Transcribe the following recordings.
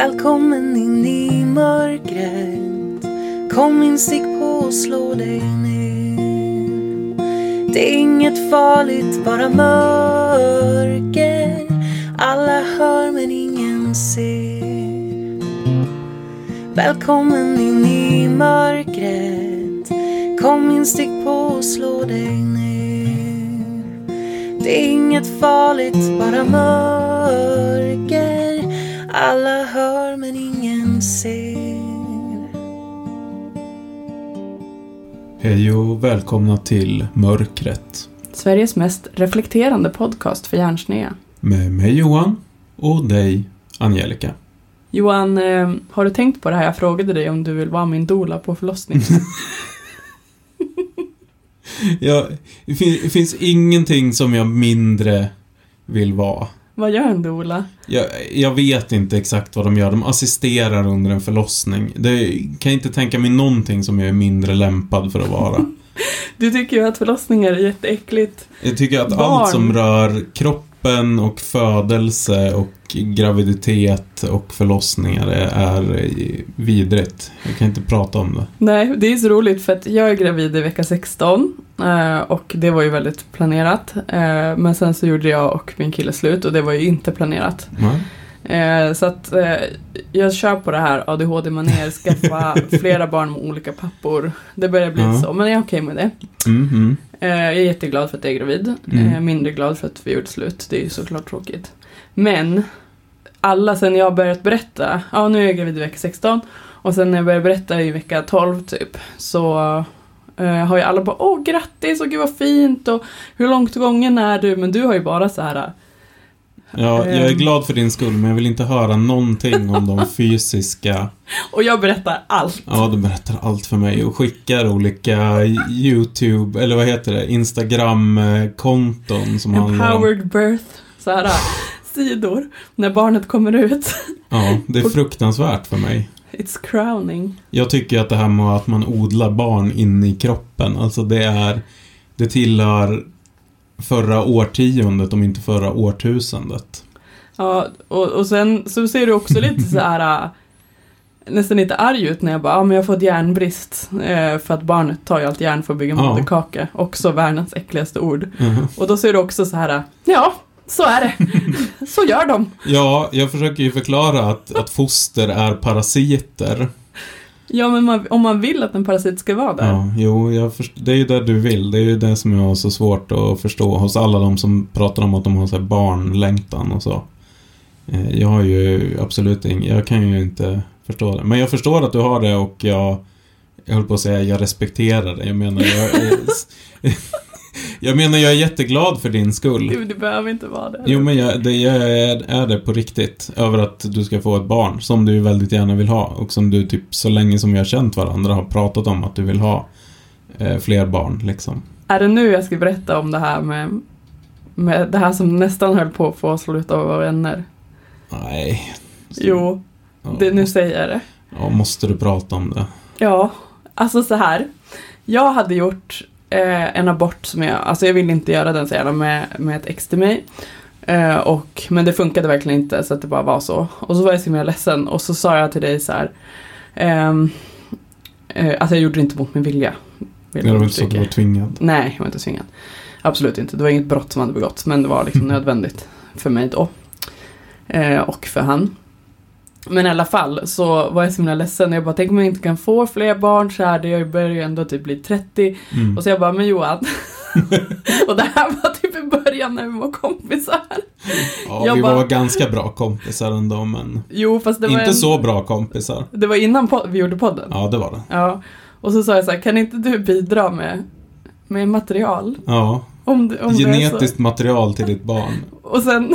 Välkommen in i mörkret. Kom in, stick på och slå dig ner. Det är inget farligt, bara mörker. Alla hör men ingen ser. Välkommen in i mörkret. Kom in, stick på och slå dig ner. Det är inget farligt, bara mörker. Alla hör men ingen ser. Hej och välkomna till Mörkret. Sveriges mest reflekterande podcast för hjärnsnea. Med mig Johan och dig Angelica. Johan, har du tänkt på det här? Jag frågade dig om du vill vara min doula på förlossningen. Det finns ingenting som jag mindre vill vara. Vad gör en doula? Jag vet inte exakt vad de gör. De assisterar under en förlossning. Det kan inte tänka mig någonting som jag är mindre lämpad för att vara. Du tycker ju att förlossningar är jätteäckligt. Jag tycker att allt som rör kroppen och födelse och graviditet och förlossningar är vidrigt. Jag kan inte prata om det. Nej, det är så roligt för att jag är gravid i vecka 16 och det var ju väldigt planerat. Men sen så gjorde jag och min kille slut och det var ju inte planerat. Så att jag kör på det här ADHD-manér, skaffa flera barn med olika pappor. Det börjar bli så, men jag är okej med det. Jag är jätteglad för att jag är gravid. Mindre glad för att vi gjorde slut. Det är ju såklart tråkigt. Men alla sen jag börjat berätta, nu är jag gravid i vecka 16 och sen när jag började berätta i vecka 12 typ, så har ju alla bara, grattis och gud vad fint och hur långt gången är du? Men du har ju bara så här. Ja, jag är glad för din skull, men jag vill inte höra någonting om de fysiska. Och jag berättar allt. Ja, du berättar allt för mig och skickar olika YouTube, eller vad heter det, Instagram-konton som Empowered birth, så här sidor när barnet kommer ut. Ja, det är fruktansvärt för mig. It's crowning. Jag tycker att det här med att man odlar barn in i kroppen, alltså det tillhör förra årtiondet, om inte förra årtusendet. Ja, och sen så ser du också lite så här nästan lite arg ut när jag bara, men jag har fått järnbrist för att barnet tar ju allt järn för att bygga moderkaka. Också världens äckligaste ord. Och då ser du också så här, så är det. Så gör de. Ja, jag försöker ju förklara att foster är parasiter. Ja, men om man vill att en parasit ska vara där. Ja, det är ju det du vill. Det är ju det som jag har så svårt att förstå hos alla de som pratar om att de har så här barnlängtan och så. Jag har ju absolut jag kan ju inte förstå det. Men jag förstår att du har det och jag höll på att säga jag respekterar det. Jag menar jag är jätteglad för din skull. Du behöver inte vara det. Jo, men jag är det på riktigt. Över att du ska få ett barn som du väldigt gärna vill ha. Och som du typ så länge som vi har känt varandra har pratat om att du vill ha fler barn liksom. Är det nu jag ska berätta om det här med det här som nästan höll på att få sluta av våra vänner? Nej. Jo, nu säger jag det. Ja, måste du prata om det? Ja, alltså så här. Jag hade gjort en abort som jag ville inte göra den så gärna med ett ex till mig. Men det funkade verkligen inte så att det bara var så. Och så var jag så himla ledsen och så sa jag till dig så här. Alltså jag gjorde det inte mot min vilja. Det var inte så att du var tvingad? Nej, jag var inte tvingad. Absolut inte. Det var inget brott som hade begått, men det var liksom nödvändigt för mig då. Och för han. Men i alla fall så var jag så himla ledsen. Jag bara, tänk om jag inte kan få fler barn så här. Jag börjar ju ändå typ bli 30. Och så jag bara, men Johan. Och det här var typ i början när vi var kompisar. Ja, vi var ganska bra kompisar ändå, men fast det var inte så bra kompisar. Det var innan vi gjorde podden. Ja, det var det. Ja, och så sa jag så här, kan inte du bidra med material? Ja, om genetiskt material till ditt barn. Och sen...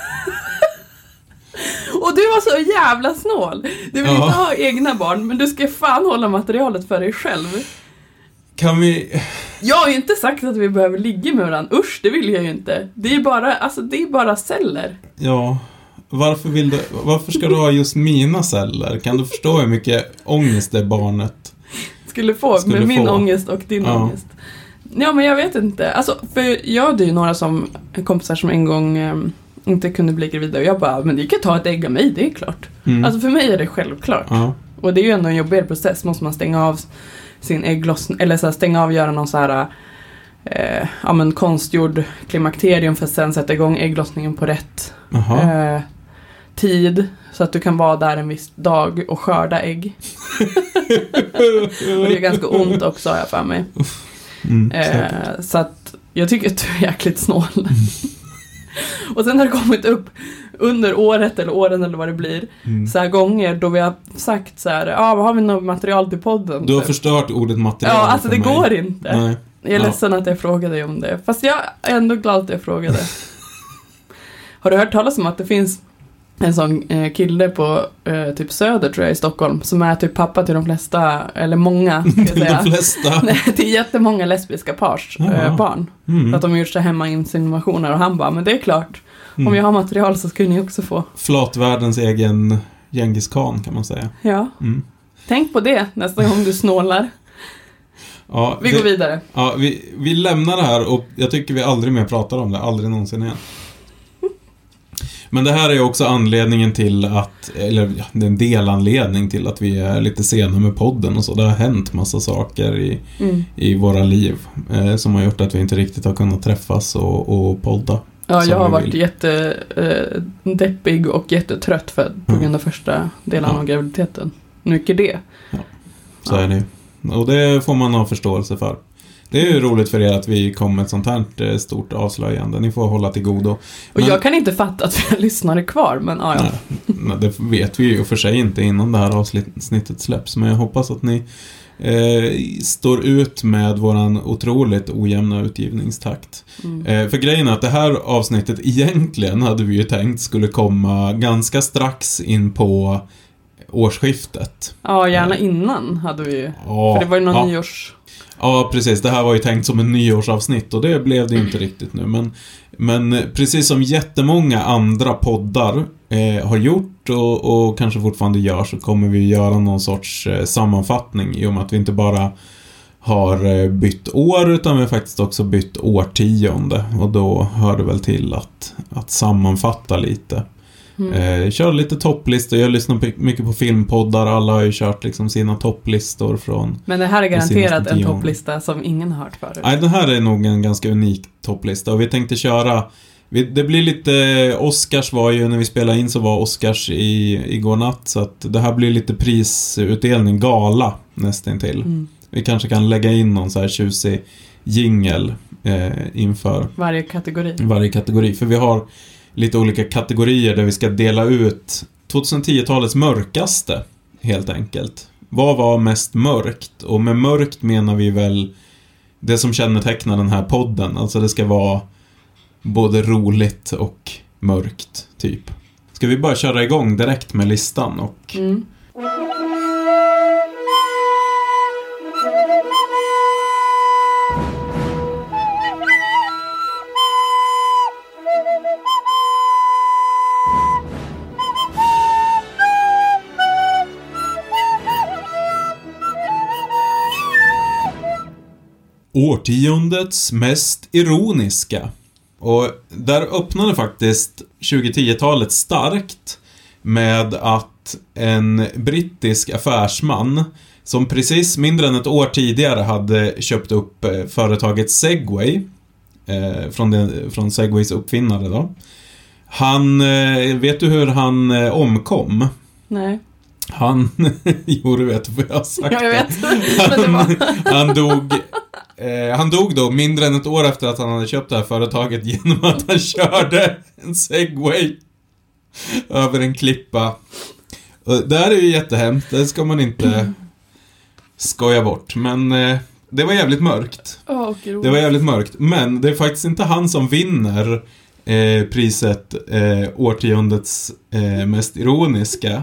Och du var så jävla snål. Du vill inte ha egna barn, men du ska fan hålla materialet för dig själv. Kan vi... Jag har ju inte sagt att vi behöver ligga med varandra. Usch, det vill jag ju inte. Det är bara celler. Ja, varför ska du ha just mina celler? Kan du förstå hur mycket ångest det barnet skulle få med min ångest och din ångest? Ja, men jag vet inte. Alltså, för jag hade ju några kompisar som en gång inte kunde bli gravida. Och jag bara, men du kan ta ett ägg av mig, det är klart. Alltså för mig är det självklart. Och det är ju ändå en jobbigare process. Måste man stänga av sin ägglossning, eller så här, stänga av, göra någon så här konstgjord klimakterium för att sen sätta igång ägglossningen på rätt tid. Så att du kan vara där en viss dag och skörda ägg. Och det är ganska ont också, har jag för mig. Så att jag tycker att du är jäkligt snål. Och sen har det kommit upp under året eller åren eller vad det blir så här gånger då vi har sagt så här, vad har vi något material till podden? Du har förstört ordet material. Ja, alltså det mig. Går inte. Nej. Jag är ledsen att jag frågade dig om det. Fast jag är ändå glad att jag frågade. Har du hört talas om att det finns en sån kille på typ Söder, tror jag, i Stockholm, som är typ pappa till de flesta, eller många, ska jag säga. De flesta? Nej, till jättemånga lesbiska pars barn. För att de har gjort så hemma insinuationer, och han bara, men det är klart, om jag har material så skulle ni också få. Flatvärldens egen Genghis Khan, kan man säga. Ja. Tänk på det nästa gång du snålar. Ja, vi går vidare. Ja, vi lämnar det här, och jag tycker vi aldrig mer pratar om det, aldrig någonsin igen. Men det här är också anledningen till att, eller en delanledning till att vi är lite sena med podden och så. Det har hänt massa saker i våra liv som har gjort att vi inte riktigt har kunnat träffas och podda. Ja, jag har varit jättedeppig och jättetrött på grund av första delen av graviditeten. Mycket det. Ja, så är det. Och det får man ha förståelse för. Det är ju roligt för er att vi kom med ett sånt här stort avslöjande. Ni får hålla till godo. Och jag kan inte fatta att vi lyssnar kvar, men ja. Nej, det vet vi ju för sig inte innan det här avsnittet släpps. Men jag hoppas att ni står ut med våran otroligt ojämna utgivningstakt. För grejen är att det här avsnittet egentligen hade vi ju tänkt skulle komma ganska strax in på årsskiftet. Ja, gärna innan hade vi ju. För det var ju någon nyårs... Ja, precis. Det här var ju tänkt som en nyårsavsnitt, och det blev det inte riktigt nu. Men precis som jättemånga andra poddar har gjort och kanske fortfarande gör, så kommer vi göra någon sorts sammanfattning, i och med att vi inte bara har bytt år, utan vi har faktiskt också bytt årtionde. Och då hör det väl till att sammanfatta lite. Kör lite topplistor. Jag lyssnar mycket på filmpoddar. Alla har ju kört liksom sina topplistor från... Men det här är garanterat en topplista som ingen har hört förut. Nej, den här är nog en ganska unik topplista. Och vi tänkte köra... Det blir lite... Oscars var ju, när vi spelade in så var Oscars igår natt. Så att det här blir lite prisutdelning, gala nästintill. Vi kanske kan lägga in någon så här tjusig jingle inför... Varje kategori. För vi har lite olika kategorier där vi ska dela ut 2010-talets mörkaste, helt enkelt. Vad var mest mörkt? Och med mörkt menar vi väl det som kännetecknar den här podden. Alltså det ska vara både roligt och mörkt, typ. Ska vi bara köra igång direkt med listan och... Årtiondets mest ironiska. Och där öppnade faktiskt 2010-talet starkt med att en brittisk affärsman, som precis mindre än ett år tidigare hade köpt upp företaget Segway från Segways uppfinnare då. Vet du hur han omkom? Nej. Jo, du vet vad jag har sagt. Ja, jag vet. Han dog då mindre än ett år efter att han hade köpt det här företaget, genom att han körde en Segway över en klippa. Det här är ju jättehemskt. Det ska man inte skoja bort. Men det var jävligt mörkt. Det var jävligt mörkt. Men det är faktiskt inte han som vinner priset årtiondets mest ironiska.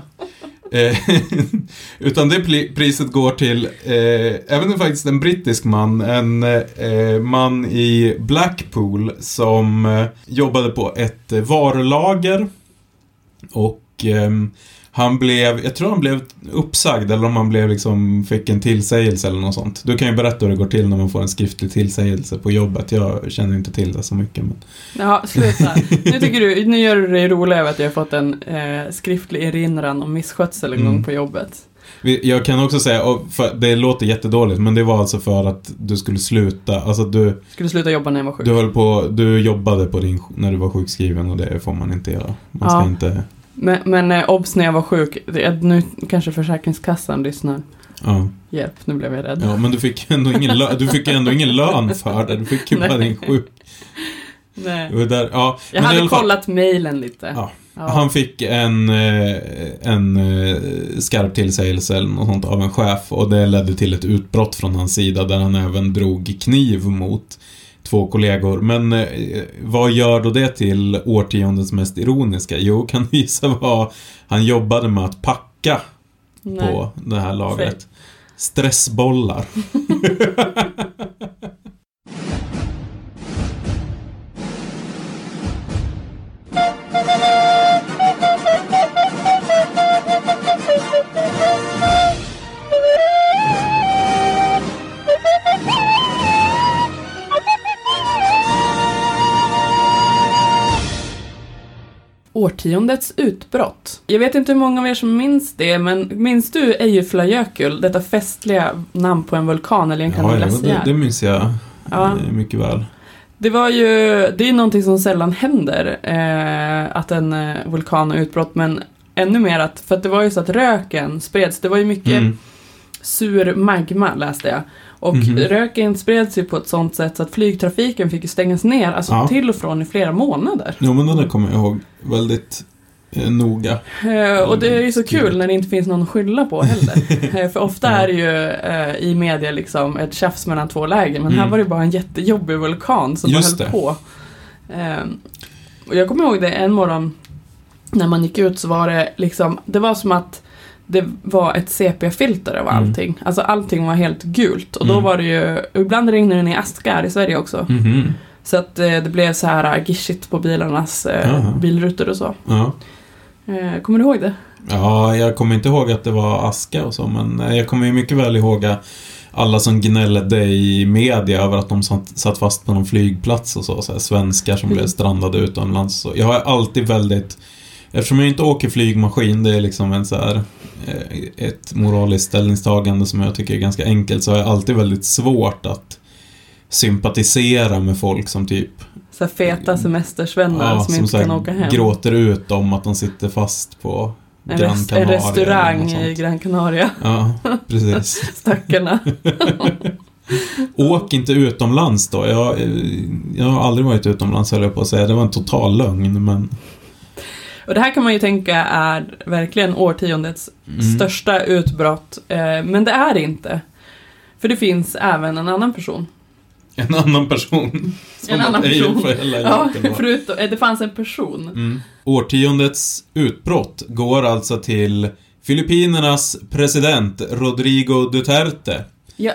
Utan det priset går till även faktiskt en brittisk man, en man i Blackpool som jobbade på ett varulager, och jag tror han blev uppsagd, eller om han blev liksom, fick en tillsägelse eller något sånt. Du kan ju berätta hur det går till när man får en skriftlig tillsägelse på jobbet. Jag känner inte till det så mycket. Men... Ja, sluta. Nu gör du det roliga över att jag har fått en skriftlig erinran om misskötsel en gång på jobbet. Jag kan också säga, för det låter jättedåligt, men det var alltså för att du skulle sluta, alltså du skulle sluta jobba när jag var sjuk. Du jobbade på när du var sjukskriven, och det får man inte göra. Man ska inte... Men obs, när jag var sjuk, nu kanske Försäkringskassan lyssnar. Ja. Hjälp, nu blev jag rädd. Ja, men du fick ändå ingen lön för det. Du fick ju bara din sjuk. Nej. Jag hade kollat mejlen lite. Ja. Ja. Han fick en skarp tillsägelse eller något sånt av en chef, och det ledde till ett utbrott från hans sida där han även drog kniv mot 2 kollegor. Men vad gör då det till årtiondets mest ironiska? Jo, kan du gissa vad han jobbade med att packa på det här lagret? Stressbollar. Årtiondets utbrott. Jag vet inte hur många av er som minns det, men minns du Eyjafjallajökull, detta festliga namn på en vulkan eller en kanalglaciär? Ja, det minns jag mycket väl. Det är någonting som sällan händer, att en vulkan har utbrott, men ännu mer för att det var ju så att röken spreds. Det var ju mycket sur magma, läste jag. Och röken spreds ju på ett sånt sätt så att flygtrafiken fick ju stängas ner, alltså till och från i flera månader. Jo, men det kommer jag ihåg väldigt noga. Och det är ju så kul när det inte finns någon att skylla på heller. För ofta är det ju i media liksom ett tjafs mellan 2 läger, men här var det bara en jättejobbig vulkan som bara höll på. Och jag kommer ihåg det en morgon när man gick ut, så var det liksom, det var som att det var ett sepia-filter av allting. Alltså allting var helt gult. Och då var det ju, ibland regnade det ner askar i Sverige också. Så att det blev så här gishigt på bilarnas bilrutor och så. Kommer du ihåg det? Ja, jag kommer inte ihåg att det var aska och så, men jag kommer ju mycket väl ihåg alla som gnällde i media över att de satt fast på någon flygplats och så här, svenskar som blev strandade utomlands. Så jag har alltid väldigt... Eftersom jag inte åker flygmaskin, det är liksom en så här, ett moraliskt ställningstagande som jag tycker är ganska enkelt, så har jag alltid väldigt svårt att sympatisera med folk som typ... Så feta semestersvänner som inte kan åka hem. Gråter ut om att de sitter fast på Gran Canaria. En restaurang i Gran Canaria. Ja, precis. Stackarna. Åk inte utomlands då. Jag har aldrig varit utomlands, höll jag på att säga. Det var en total lögn, men... Och det här kan man ju tänka är verkligen årtiondets största utbrott. Men det är inte. För det finns även en annan person. En annan person? En annan person. Ja, förutom, det fanns en person. Årtiondets utbrott går alltså till Filippinernas president Rodrigo Duterte. Jag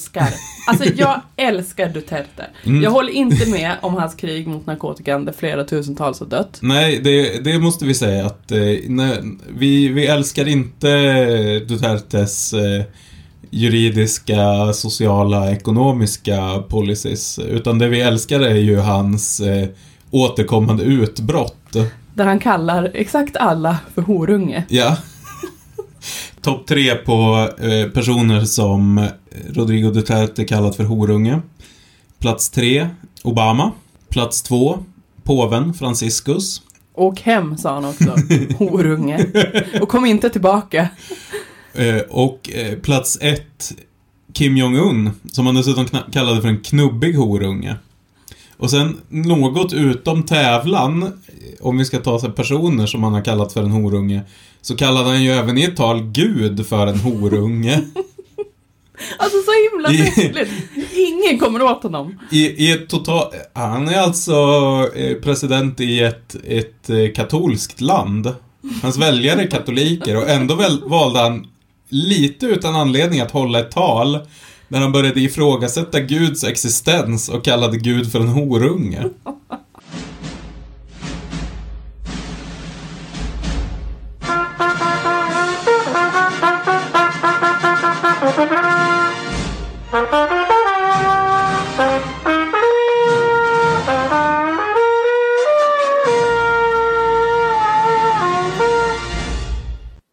älskar Duterte. Jag håller inte med om hans krig mot narkotikan där flera tusentals har dött. Nej, det måste vi säga att vi älskar inte Dutertes juridiska, sociala, ekonomiska policies, utan det vi älskar är ju hans återkommande utbrott. Där han kallar exakt alla för horunge. Ja. Topp 3 på personer som Rodrigo Duterte kallat för horunge. Plats 3, Obama. Plats 2, påven Franciscus. Och hem, sa han också. Horunge. Och kom inte tillbaka. Och plats 1, Kim Jong-un, som han dessutom kallade för en knubbig horunge. Och sen något utom tävlan, om vi ska ta sig personer som han har kallat för en horunge, så kallade han ju även i ett tal Gud för en horunge. Alltså så himla festligt. Ingen kommer åt honom. Han är alltså president i ett katolskt land. Hans väljare är katoliker, och ändå valde han lite utan anledning att hålla ett tal när han började ifrågasätta Guds existens och kallade Gud för en horunge.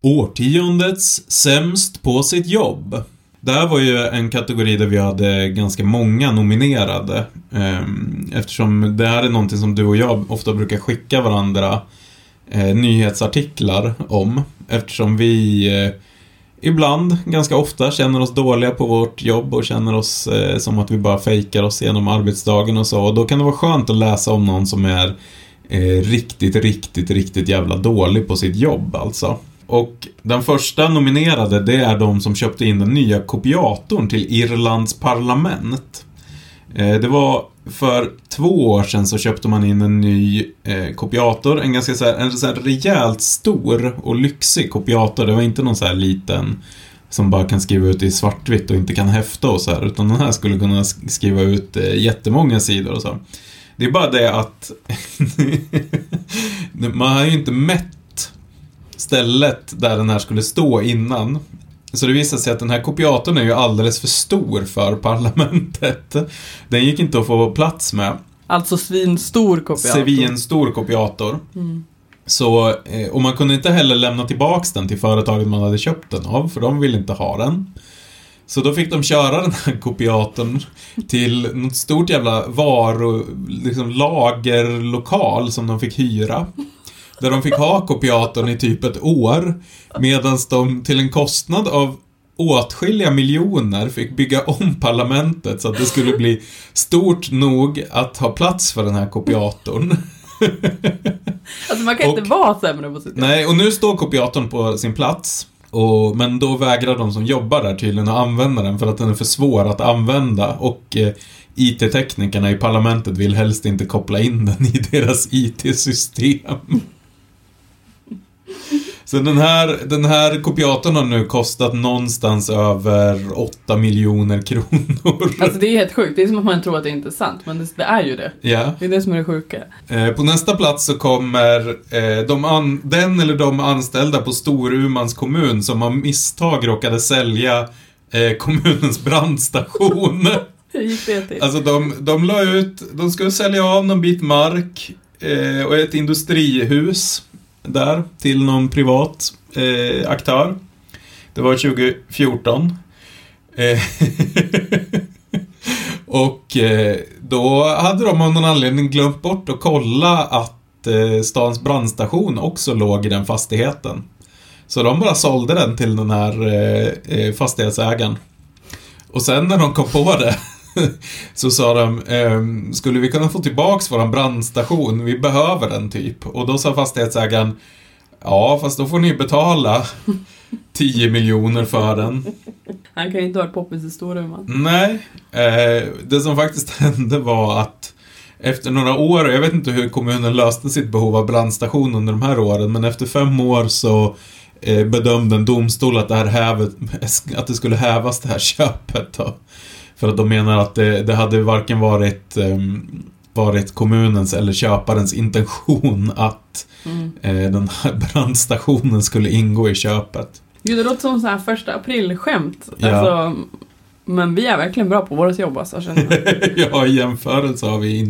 Årtiondets sämst på sitt jobb. Det här var ju en kategori där vi hade ganska många nominerade. Eftersom det här är någonting som du och jag ofta brukar skicka varandra nyhetsartiklar om. Eftersom vi ibland, ganska ofta, känner oss dåliga på vårt jobb och känner oss som att vi bara fejkar oss genom arbetsdagen och så. Och då kan det vara skönt att läsa om någon som är riktigt jävla dålig på sitt jobb alltså. Och den första nominerade, det är de som köpte in den nya kopiatorn till Irlands parlament. Det var för 2 år sedan så köpte man in en ny kopiator. En ganska så här rejält stor och lyxig kopiator. Det var inte någon så här liten som bara kan skriva ut i svartvitt och inte kan häfta och så här. Utan den här skulle kunna skriva ut jättemånga sidor och så. Det är bara det att man har ju inte mätt stället där den här skulle stå innan. Så det visar sig att den här kopiatorn är ju alldeles för stor för parlamentet. Den gick inte att få plats med. Alltså svinstor kopiator. Svinstor kopiator. Så, och man kunde inte heller lämna tillbaks den till företaget man hade köpt den av, för de ville inte ha den. Så då fick de köra den här kopiatorn till något stort jävla lagerlokal som de fick hyra. Där de fick ha kopiatorn i typ ett år, medan de till en kostnad av åtskilliga miljoner fick bygga om parlamentet så att det skulle bli stort nog att ha plats för den här kopiatorn. Alltså man kan inte vara sämre på sitt jobb. Nej, och nu står kopiatorn på sin plats. Men då vägrar de som jobbar där tydligen att använda den för att den är för svår att använda. Och IT-teknikerna i parlamentet vill helst inte koppla in den i deras IT-system. Så den här kopiatorn har nu kostat någonstans över 8 miljoner kronor. Alltså det är helt sjukt. Det är som att man tror att det inte är sant. Men det är ju det. Ja. Det är det som är det sjuka. På nästa plats så kommer den eller de anställda på Storumans kommun som av misstag råkade sälja kommunens brandstation. Hur gick det till? Alltså de la ut, de skulle sälja av någon bit mark och ett industrihus där till någon privat aktör. Det var 2014. Och då hade de av någon anledning glömt bort att kolla att stans brandstation också låg i den fastigheten. Så de bara sålde den till den här fastighetsägaren. Och sen när de kom på det så sa de, skulle vi kunna få tillbaks våran brandstation? Vi behöver den typ. Och då sa fastighetsägaren, ja fast då får ni betala 10 miljoner för den. Han kan ju inte ha ett poppis i Storuman. Nej, det som faktiskt hände var att efter några år, jag vet inte hur kommunen löste sitt behov av brandstation under de här åren, men efter 5 år så bedömde en domstol att att det skulle hävas det här köpet då. För att de menar att det hade varken varit kommunens eller köparens intention att den här brandstationen skulle ingå i köpet. Gud, det låter som så här 1 april-skämt. Ja. Alltså, men vi är verkligen bra på vårt jobb, alltså, känner jag. Ja, i jämförelse har vi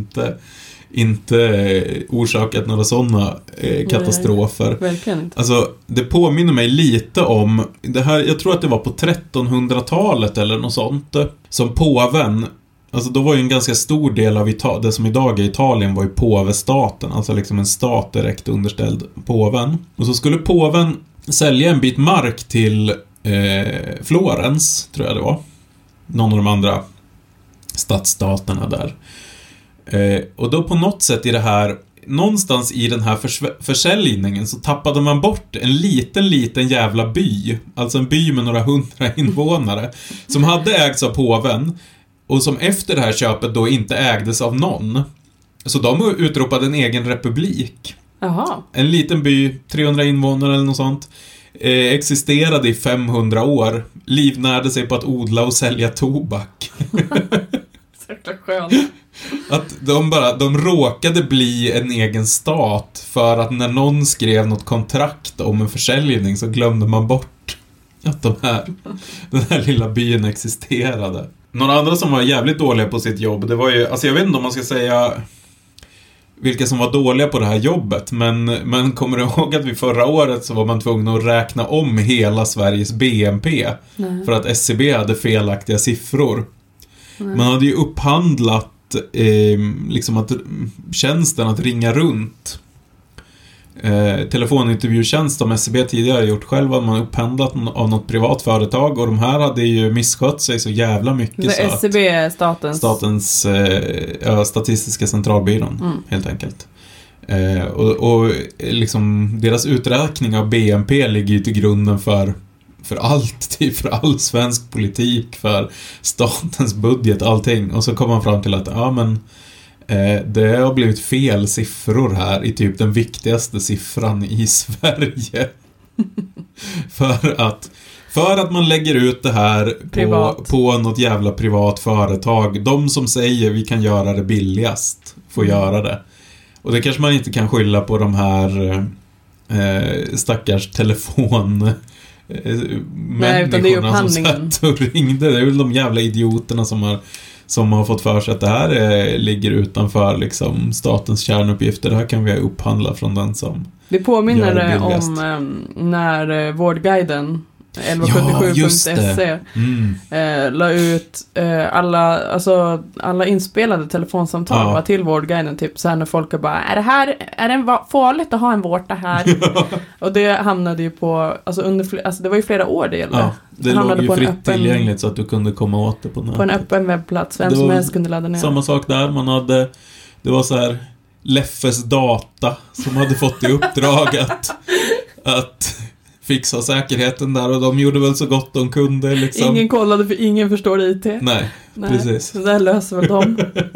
inte orsakat några sådana katastrofer. Nej, verkligen inte. Alltså, det påminner mig lite om det här, jag tror att det var på 1300-talet eller något sånt, som påven, alltså då var ju en ganska stor del av det som idag är Italien var ju påvestaten, alltså liksom en stat direkt underställd påven. Och så skulle påven sälja en bit mark till Florens, tror jag det var. Någon av de andra stadsstaterna där. Och då på något sätt i det här, någonstans i den här försäljningen så tappade man bort en liten jävla by, alltså en by med några 100 invånare som hade ägts av påven och som efter det här köpet då inte ägdes av någon. Så de utropade en egen republik. Jaha. En liten by, 300 invånare eller något sånt, existerade i 500 år, livnärde sig på att odla och sälja tobak. Säkert skönt. Att de råkade bli en egen stat för att när någon skrev något kontrakt om en försäljning så glömde man bort att den här lilla byn existerade. Några andra som var jävligt dåliga på sitt jobb, det var ju, alltså jag vet inte om man ska säga vilka som var dåliga på det här jobbet. Men kommer du ihåg att vi förra året så var man tvungen att räkna om hela Sveriges BNP? Nej. För att SCB hade felaktiga siffror. Nej. Man hade ju upphandlat liksom att tjänsten att ringa runt. Telefonintervjutjänst som SCB tidigare gjort själva, man upphandlat av något privat företag, och de här hade ju misskött sig så jävla mycket. Så så SCB är statens Statistiska centralbyrån helt enkelt. Och liksom deras uträkning av BNP ligger ju till grunden för allt, typ för all svensk politik, för statens budget, allting. Och så kommer man fram till att det har blivit fel siffror här i typ den viktigaste siffran i Sverige. För att man lägger ut det här på något jävla privat företag. De som säger vi kan göra det billigast får göra det. Och det kanske man inte kan skylla på de här stackars telefon... Nej, utan det är upphandlingen som satt och ringde. Det är väl de jävla idioterna som har fått för sig att det här ligger utanför liksom statens kärnuppgifter. Det här kan vi upphandla från den som det påminner om när Vårdguiden 1177.se la ut alla inspelade telefonsamtal var till Vårdguiden, typ så här, när folk bara är det farligt att ha en vårta här? Och det hamnade ju på det var ju flera år det gällde. Ja, det låg ju fritt tillgängligt så att du kunde komma åt det på nätet. På en öppen webbplats, vem som helst kunde ladda ner. Samma sak där, det var så här Leffes data som hade fått i uppdrag att fixa säkerheten där, och de gjorde väl så gott de kunde liksom. Ingen kollade för ingen förstår IT. Nej, precis. Så där löser väl de.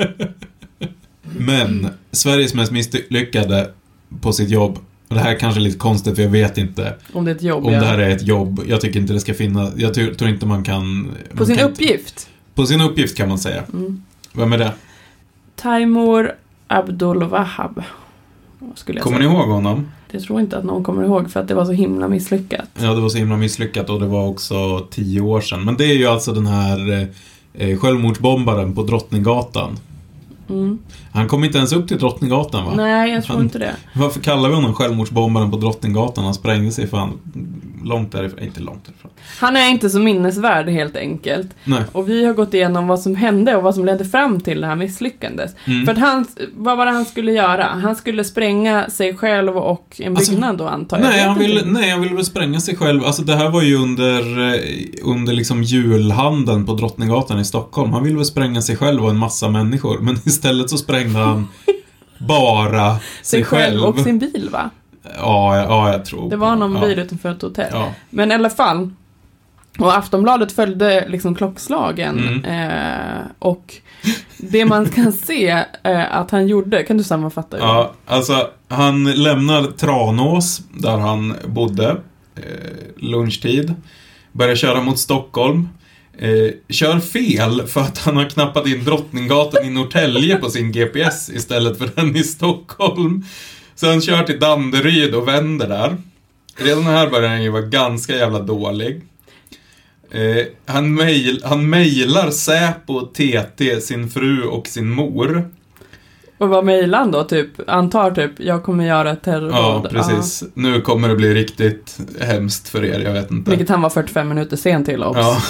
Men Sveriges mest misslyckade på sitt jobb, och det här är kanske lite konstigt för jag vet inte om det är ett jobb. Om det här är ett jobb. Jag tycker inte det ska finnas. Jag tror inte man kan. På sin uppgift. På sin uppgift kan man säga. Vem är det? Taimur Abdul-Wahab. Kommer ni ihåg honom? Det tror inte att någon kommer ihåg för att det var så himla misslyckat. Ja, det var så himla misslyckat, och det var också 10 år sedan. Men det är ju alltså den här självmordsbombaren på Drottninggatan. Han kom inte ens upp till Drottninggatan, va? Nej, jag tror inte det. Varför kallar vi honom självmordsbombaren på Drottninggatan? Han sprängde sig fan långt därifrån. Inte långt därifrån. Han är inte så minnesvärd helt enkelt. Nej. Och vi har gått igenom vad som hände och vad som ledde fram till det här misslyckandet. För att vad var det han skulle göra? Han skulle spränga sig själv och en byggnad då, antar jag. Han ville väl spränga sig själv. Alltså det här var ju under liksom julhandeln på Drottninggatan i Stockholm. Han ville väl spränga sig själv och en massa människor. Men istället så sprängde han bara sig själv. Och sin bil, va? Ja, jag tror. Det var någon bil utanför ett hotell. Ja. Men i alla fall. Och Aftonbladet följde liksom klockslagen. Och det man kan se att han gjorde, kan du sammanfatta? Ja, alltså han lämnar Tranås där han bodde lunchtid. Börjar köra mot Stockholm. Kör fel för att han har knappat in Drottninggatan i Norrtälje på sin GPS istället för den i Stockholm. Så han kör till Danderyd och vänder där. Redan här börjar han ju vara ganska jävla dålig. Han mejlar Säpo och TT, sin fru och sin mor. Och vad mejlar han då? Antar jag kommer göra ett terrordåd. Ja, precis. Nu kommer det bli riktigt hemskt för er, jag vet inte. Vilket han var 45 minuter sen till också. Ja.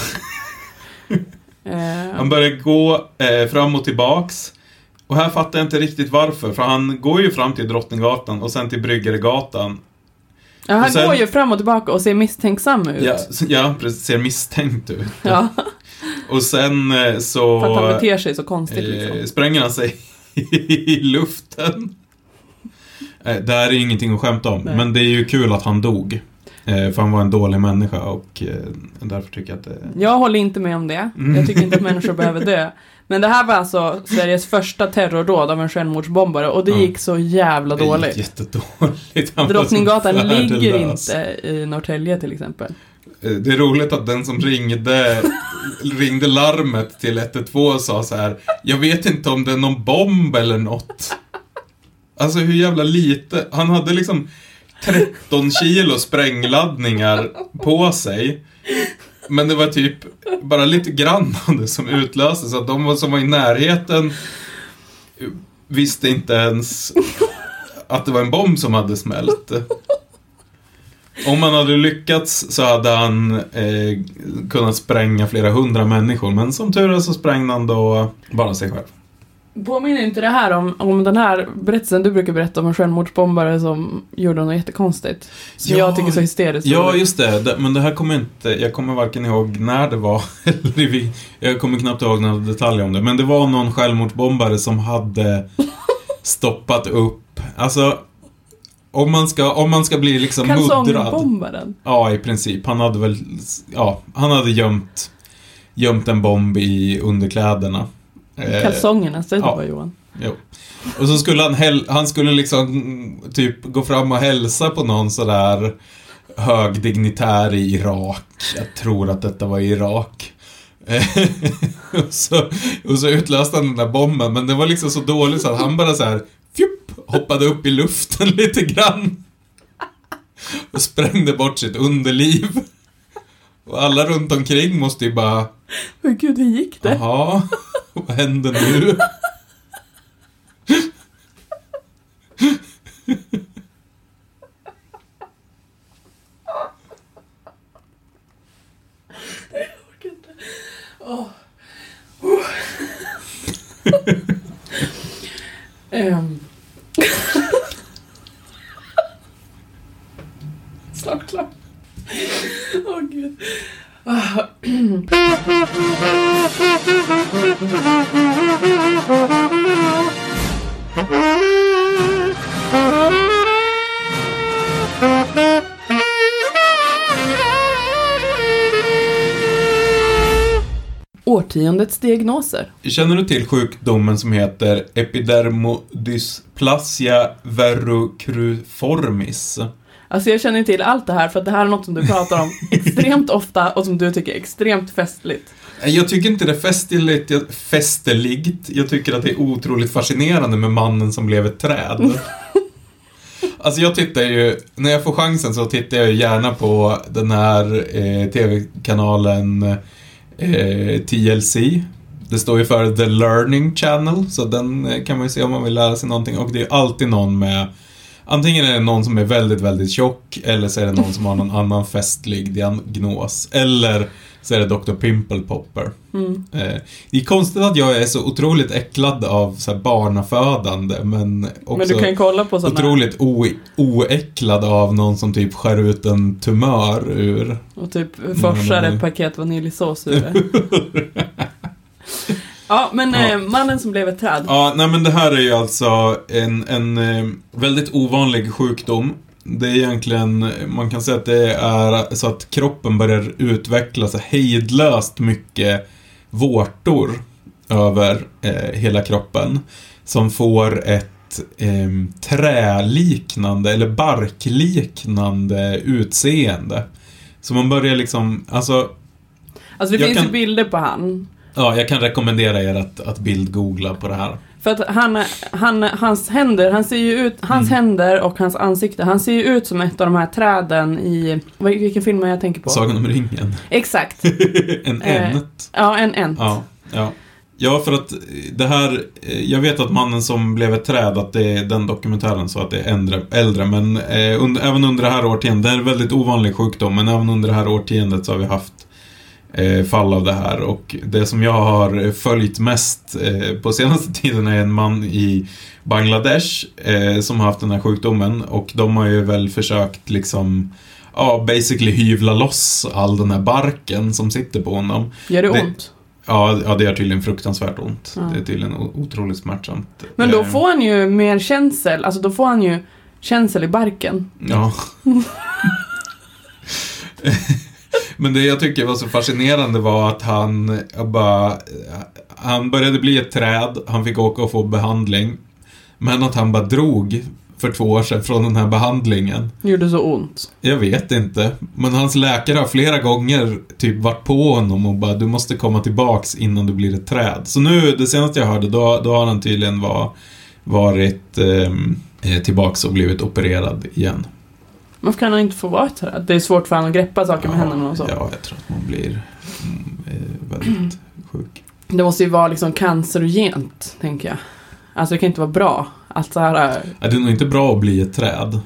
Han börjar gå fram och tillbaks. Och här fattar jag inte riktigt varför. För han går ju fram till Drottninggatan och sen till Bryggeregatan. Ja, han går ju fram och tillbaka och ser misstänksam ut. Ja, precis, ser misstänkt ut. Ja. Och sen så... För att han beter sig så konstigt liksom. Spränger han sig i luften. Det här är ingenting att skämta om. Nej. Men det är ju kul att han dog. För han var en dålig människa och därför tycker jag att det... Jag håller inte med om det. Jag tycker inte att människor behöver dö. Men det här var alltså Sveriges första terrordåd av en självmordsbombare. Och det gick så jävla dåligt. Det gick jättedåligt. Drottninggatan ligger inte i Norrtälje till exempel. Det är roligt att den som ringde larmet till 112 och sa så här: jag vet inte om det är någon bomb eller något. Alltså hur jävla lite. Han hade liksom 13 kilo sprängladdningar på sig. Men det var typ bara lite grann som utlöstes. Så att de som var i närheten visste inte ens att det var en bomb som hade smält. Om han hade lyckats så hade han kunnat spränga flera 100 människor. Men som tur är så sprängde han då bara sig själv. Påminner inte det här om den här berättelsen du brukar berätta om en självmordsbombare som gjorde något jättekonstigt? Som jag tycker är så hysteriskt. Ja, just det. Men det här kommer inte... Jag kommer varken ihåg när det var eller jag kommer knappt ihåg några detaljer om det. Men det var någon självmordsbombare som hade stoppat upp... Alltså... Om man ska bli liksom muddrad. Kalsongbombaren? Ja, i princip. Han hade väl... Ja, han hade gömt en bomb i underkläderna. Kalsongerna, så det var Johan. Jo. Och så skulle han skulle liksom typ gå fram och hälsa på någon sådär hög dignitär i Irak. Jag tror att detta var i Irak. och så utlöste han den där bomben. Men det var liksom så dåligt så att han bara så här hoppade upp i luften lite grann. Och sprängde bort sitt underliv. Och alla runt omkring måste ju bara... Men gud, hur gick det? Jaha, vad hände nu? Jag orkar inte. Snart klart. Åh gud. Årtiondets diagnoser. Känner du till sjukdomen som heter epidermodysplasia verrucruformis? Alltså jag känner till allt det här för att det här är något som du pratar om extremt ofta och som du tycker är extremt festligt. Jag tycker inte det är festeligt. Jag tycker att det är otroligt fascinerande med mannen som blev ett träd. Alltså jag tittar ju, när jag får chansen så tittar jag gärna på den här tv-kanalen TLC. Det står ju för The Learning Channel, så den kan man ju se om man vill lära sig någonting. Och det är alltid någon med... Antingen är det någon som är väldigt, väldigt tjock, eller så är det någon som har någon annan festlig diagnos. Eller så är det Dr. Pimple Popper. Det är konstigt att jag är så otroligt äcklad av så här barnafödande, men också men du kan kolla på såna... otroligt oäcklad av någon som typ skär ut en tumör ur... Och typ forsar ett paket vaniljsås ur det. Ja, men mannen som blev ett träd. Ja, nej men det här är ju alltså en väldigt ovanlig sjukdom. Det är egentligen, man kan säga att det är så att kroppen börjar utveckla så hejdlöst mycket vårtor över hela kroppen. Som får ett träliknande eller barkliknande utseende. Så man börjar liksom, alltså det finns ju bilder på han. Ja, jag kan rekommendera er att bildgoogla på det här. För att hans händer, han ser ju ut, hans händer och hans ansikte, han ser ju ut som ett av de här träden i, vilken film jag tänker på? Sagan om ringen. Exakt. En ent. Ja, en ent. Ja, för att det här, jag vet att mannen som blev ett träd, att det är den dokumentären så att det är äldre, men även under det här årtiondet, det är en väldigt ovanlig sjukdom, men även under det här årtiondet så har vi haft fall av det här, och det som jag har följt mest på senaste tiden är en man i Bangladesh som har haft den här sjukdomen, och de har ju väl försökt liksom basically hyvla loss all den här barken som sitter på honom. Gör det ont? Ja, det gör tydligen fruktansvärt ont. Ja. Det är tydligen otroligt smärtsamt. Men då får han ju mer känsel, alltså då får han ju känsel i barken. Ja. Men det jag tycker var så fascinerande var att han började bli ett träd, han fick åka och få behandling, men att han bara drog för 2 år sedan från den här behandlingen. Gjorde så ont? Jag vet inte, men hans läkare har flera gånger typ varit på honom och bara, du måste komma tillbaks innan du blir ett träd. Så nu, det senaste jag hörde, då har han tydligen varit tillbaks och blivit opererad igen. Varför kan han inte få vara ett träd? Det är svårt för han att greppa saker med händerna och så. Ja, jag tror att man blir väldigt sjuk. Det måste ju vara liksom cancerogent, tänker jag. Alltså det kan inte vara bra. Allt så här... Det är nog inte bra att bli ett träd.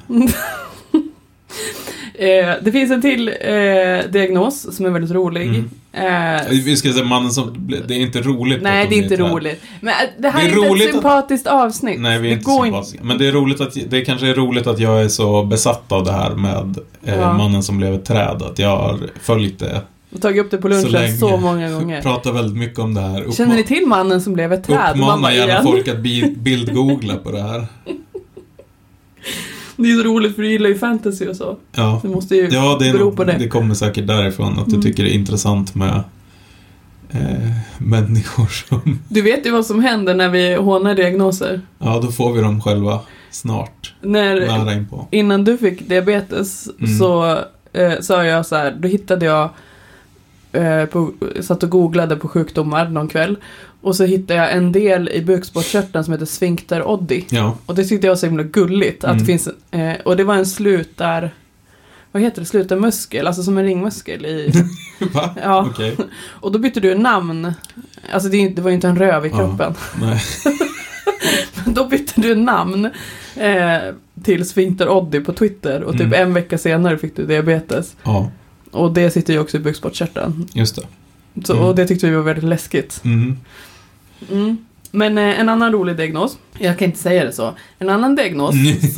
Det finns en till diagnos som är väldigt rolig. Vi ska säga mannen som... Det är inte roligt. Nej, det är inte roligt. Men det här är inte ett sympatiskt avsnitt. Nej, vi är inte sympatiska. Men det är roligt att... Det kanske är roligt att jag är så besatt av det här med mannen som blev ett träd. Att jag har följt det. Och tagit upp det på lunchen så många gånger. Pratar väldigt mycket om det här. Känner ni till mannen som blev ett träd? Uppmanar gärna folk att bildgoogla på det här. Det är så roligt för du gillar ju fantasy och så. Ja, det måste ju bero på det. Det kommer säkert därifrån att du tycker det är intressant med människor som... Du vet ju vad som händer när vi hånar diagnoser. Ja, då får vi dem själva snart. Nära inpå. Innan du fick diabetes så sa jag så här, då hittade jag satt och googlade på sjukdomar någon kväll. Och så hittade jag en del i bukspottkörteln som heter sphincter oddi. Ja. Och det tyckte jag var så himla gulligt. Att det finns, och det var en vad heter det? Slutarmuskel, alltså som en ringmuskel i... Va? Ja. Okay. Och då bytte du namn. Alltså det var ju inte en röv i kroppen. Nej. Då bytte du namn till sphincter oddi på Twitter. Och typ en vecka senare fick du diabetes. Ja. Och det sitter ju också i bukspottkörteln. Just det. Så, och det tyckte vi var väldigt läskigt. Men en annan rolig diagnos, jag kan inte säga det så, en annan diagnos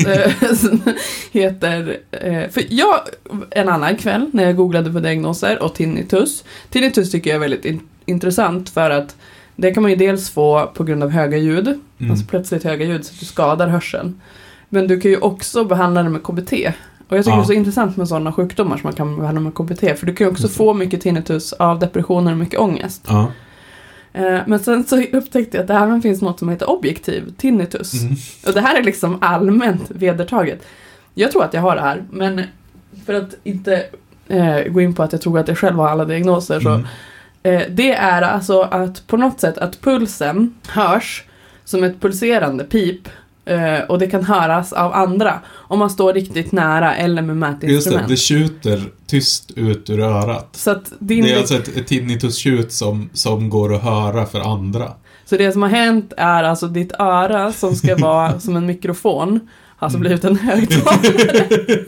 heter, för jag en annan kväll när jag googlade på diagnoser och tinnitus tycker jag är väldigt intressant för att det kan man ju dels få på grund av höga ljud, alltså plötsligt höga ljud så att du skadar hörseln, men du kan ju också behandla det med KBT. Och jag tycker det är så intressant med sådana sjukdomar som man kan behandla med KBT, för du kan ju också få mycket tinnitus av depressioner och mycket ångest. Ja. Men sen så upptäckte jag att det här finns något som heter objektiv tinnitus. Och det här är liksom allmänt vedertaget. Jag tror att jag har det här, men för att inte gå in på att jag tror att jag själv har alla diagnoser så det är alltså att på något sätt att pulsen hörs som ett pulserande pip. Och det kan höras av andra om man står riktigt nära eller med mätinstrument. Just det tjuter tyst ut ur örat. Så att det är alltså ett tinnitus-tjut som går att höra för andra. Så det som har hänt är alltså ditt öra som ska vara som en mikrofon har alltså blivit en högtalare.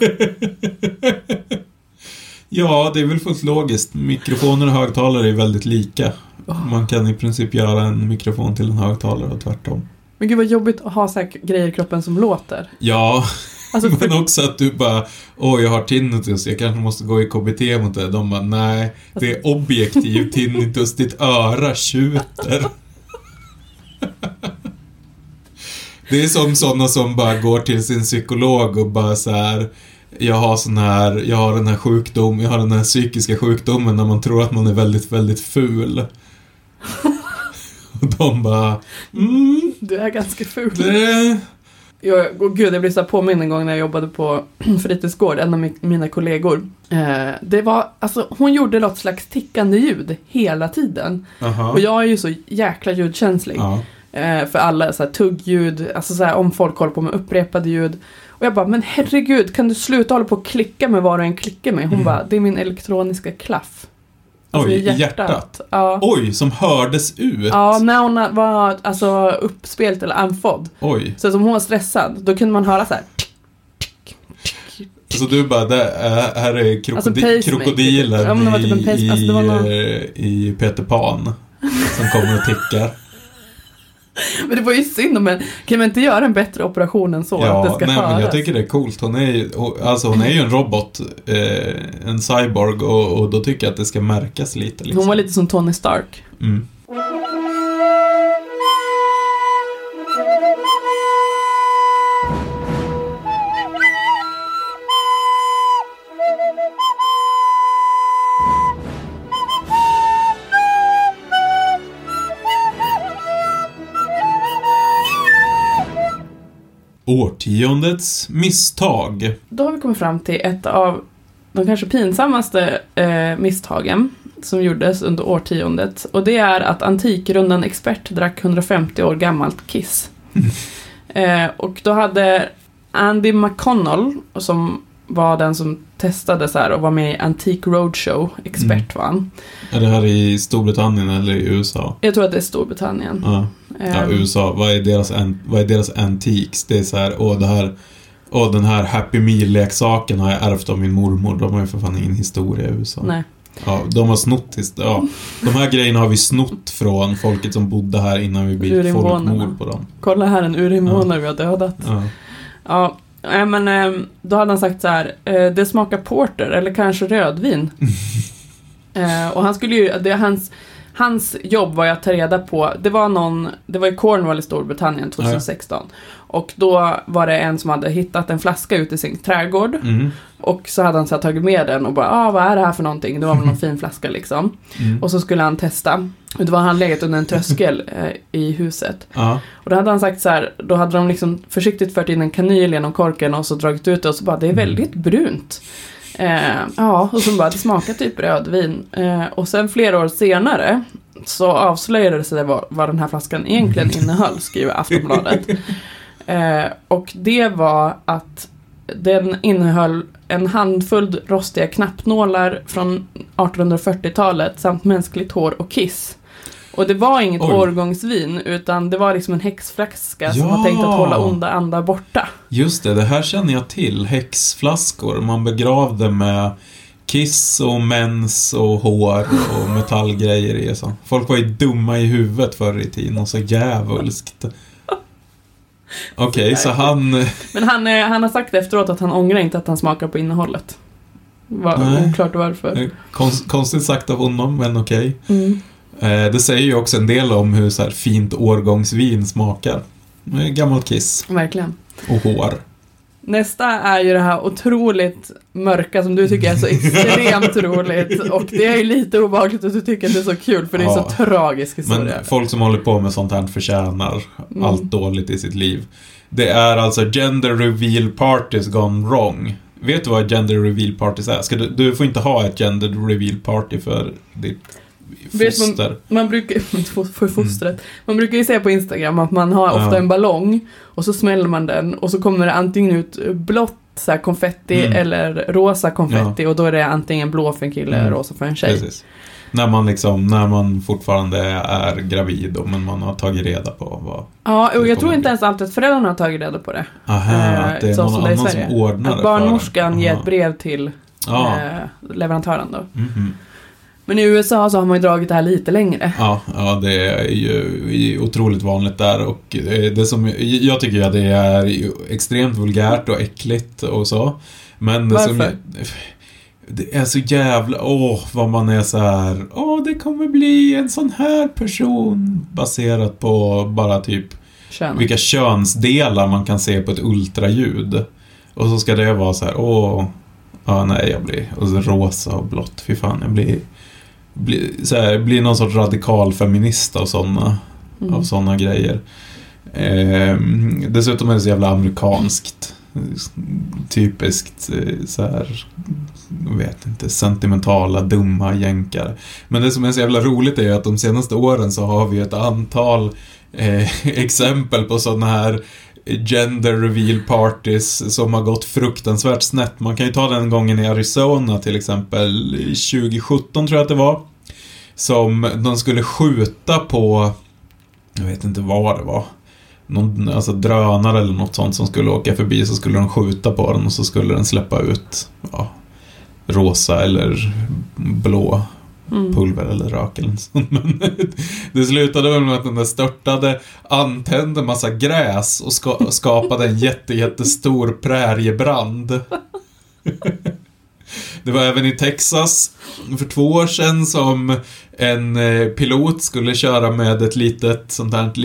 Ja, det är väl fullt logiskt. Mikrofoner och högtalare är väldigt lika. Man kan i princip göra en mikrofon till en högtalare och tvärtom. Men gud vad jobbigt att ha så här grejer i kroppen som låter. Ja, alltså, men också att du bara, jag har tinnitus, jag kanske måste gå i KBT mot det. De bara, nej, det är objektiv tinnitus, ditt öra tjuter. Det är som sådana som bara går till sin psykolog och bara så här, jag har den här psykiska sjukdomen när man tror att man är väldigt, väldigt ful. Och de bara, du är ganska ful. Jag blev så påminn en gång när jag jobbade på fritidsgård, en av mina kollegor. Det var, alltså hon gjorde något slags tickande ljud hela tiden. Och jag är ju så jäkla ljudkänslig. För alla så här tuggljud, alltså så här, om folk håller på med upprepade ljud. Och jag bara, men herregud, kan du sluta hålla på och klicka med vad du än klickar med? Hon bara, det är min elektroniska klaff. Alltså i hjärtat. Ja. Oj, som hördes ut. Ja, när hon var alltså uppspelt eller andfådd. Oj. Så som hon var stressad, då kunde man höra så här. Så du bara, här är krokodiler i Peter Pan som kommer och tickar. Men det var ju synd, men kan man inte göra en bättre operation än så? Ja, att det ska höras? Men jag tycker det är coolt. Hon är ju en robot, en cyborg, och då tycker jag att det ska märkas lite. Liksom. Hon var lite som Tony Stark. Årtiondets misstag. Då har vi kommit fram till ett av de kanske pinsammaste misstagen som gjordes under årtiondet. Och det är att Antikrundan Expert drack 150 år gammalt kiss. Och då hade Andy McConnell, som var den som testade så här och var med i Antique Roadshow, expert var han. Är det här i Storbritannien eller i USA? Jag tror att det är Storbritannien. Ja, USA, vad är deras antiques? Det är så här, den här Happy Meal-leksaken har jag ärvt av min mormor. De har ju för fan ingen historia i USA. Nej. Ja, de har snott. Ja, de här grejerna har vi snott från folket som bodde här innan vi blev folkmord på dem. Kolla här, en urinvånare vi har dödat. Ja, men då hade han sagt så här: det smakar porter eller kanske rödvin. Och han skulle ju, hans jobb var ju att ta reda på, det var i Cornwall i Storbritannien 2016. Och då var det en som hade hittat en flaska ute i sin trädgård. Och så hade han så här tagit med den och bara, vad är det här för någonting? Det var väl någon fin flaska liksom. Och så skulle han testa. Och då var han legat under en tröskel i huset. Och då hade han sagt så här, då hade de liksom försiktigt fört in en kanyl genom korken och så dragit ut det och så bara, det är väldigt brunt. Och så bara, det smakar typ rödvin. Och sen flera år senare så avslöjade det sig vad den här flaskan egentligen innehöll, skriver Aftonbladet. Och det var att den innehöll en handfull rostiga knappnålar från 1840-talet samt mänskligt hår och kiss. Och det var inget årgångsvin, utan det var liksom en häxflaska som var tänkt att hålla onda andar borta. Just det här känner jag till. Häxflaskor. Man begravde med kiss och mens och hår och metallgrejer i. Så. Folk var ju dumma i huvudet förr i tiden och så jävulskt. Okej, så han... Men han har sagt efteråt att han ångrar inte att han smakar på innehållet. Oklart varför. Konstigt sagt av honom, men okej. Det säger ju också en del om hur så här fint årgångsvin smakar. Gammalt kiss. Verkligen. Och hår. Nästa är ju det här otroligt mörka som du tycker är så extremt roligt. Och det är ju lite obehagligt att du tycker att det är så kul, för det är så tragisk historia. Men folk som håller på med sånt här förtjänar allt dåligt i sitt liv. Det är alltså gender reveal parties gone wrong. Vet du vad gender reveal parties är? Du får inte ha ett gender reveal party för ditt foster. Man brukar för fostret. Man brukar ju se på Instagram att man har ofta en ballong och så smäller man den och så kommer det antingen ut blått så här konfetti eller rosa konfetti och då är det antingen blå för en kille eller rosa för en tjej. Precis. När man fortfarande är gravid och men man har tagit reda på vad... Ja, och jag tror inte ens alltid att föräldrarna har tagit reda på det. Att det är någon annan som ordnar det. Att barnmorskan ger ett brev till leverantören då. Men i USA så har man ju dragit det här lite längre. Ja, det är ju otroligt vanligt där. Och det som jag tycker att det är extremt vulgärt och äckligt och så. Men det som det är så jävla vad man är så här. Det kommer bli en sån här person baserat på bara typ vilka könsdelar man kan se på ett ultraljud. Och så ska det vara så här. Nej, jag blir och så rosa och blått. Fy fan, jag blir någon sorts radikal feminist av såna grejer. Dessutom är det så jävla amerikanskt, typiskt så här, jag vet inte, sentimentala, dumma jänkare. Men det som är så jävla roligt är att de senaste åren så har vi ett antal exempel på sådana här gender reveal parties som har gått fruktansvärt snett. Man kan ju ta den gången i Arizona till exempel 2017 tror jag att det var, som de skulle skjuta på, jag vet inte vad det var, alltså drönare eller något sånt som skulle åka förbi, så skulle de skjuta på den och så skulle den släppa ut rosa eller blå pulver eller rök eller sånt. Men det slutade väl med att den där störtade, antände massa gräs och skapade en jättestor präriebrand. Det var även i Texas för 2 år sedan som en pilot skulle köra med ett litet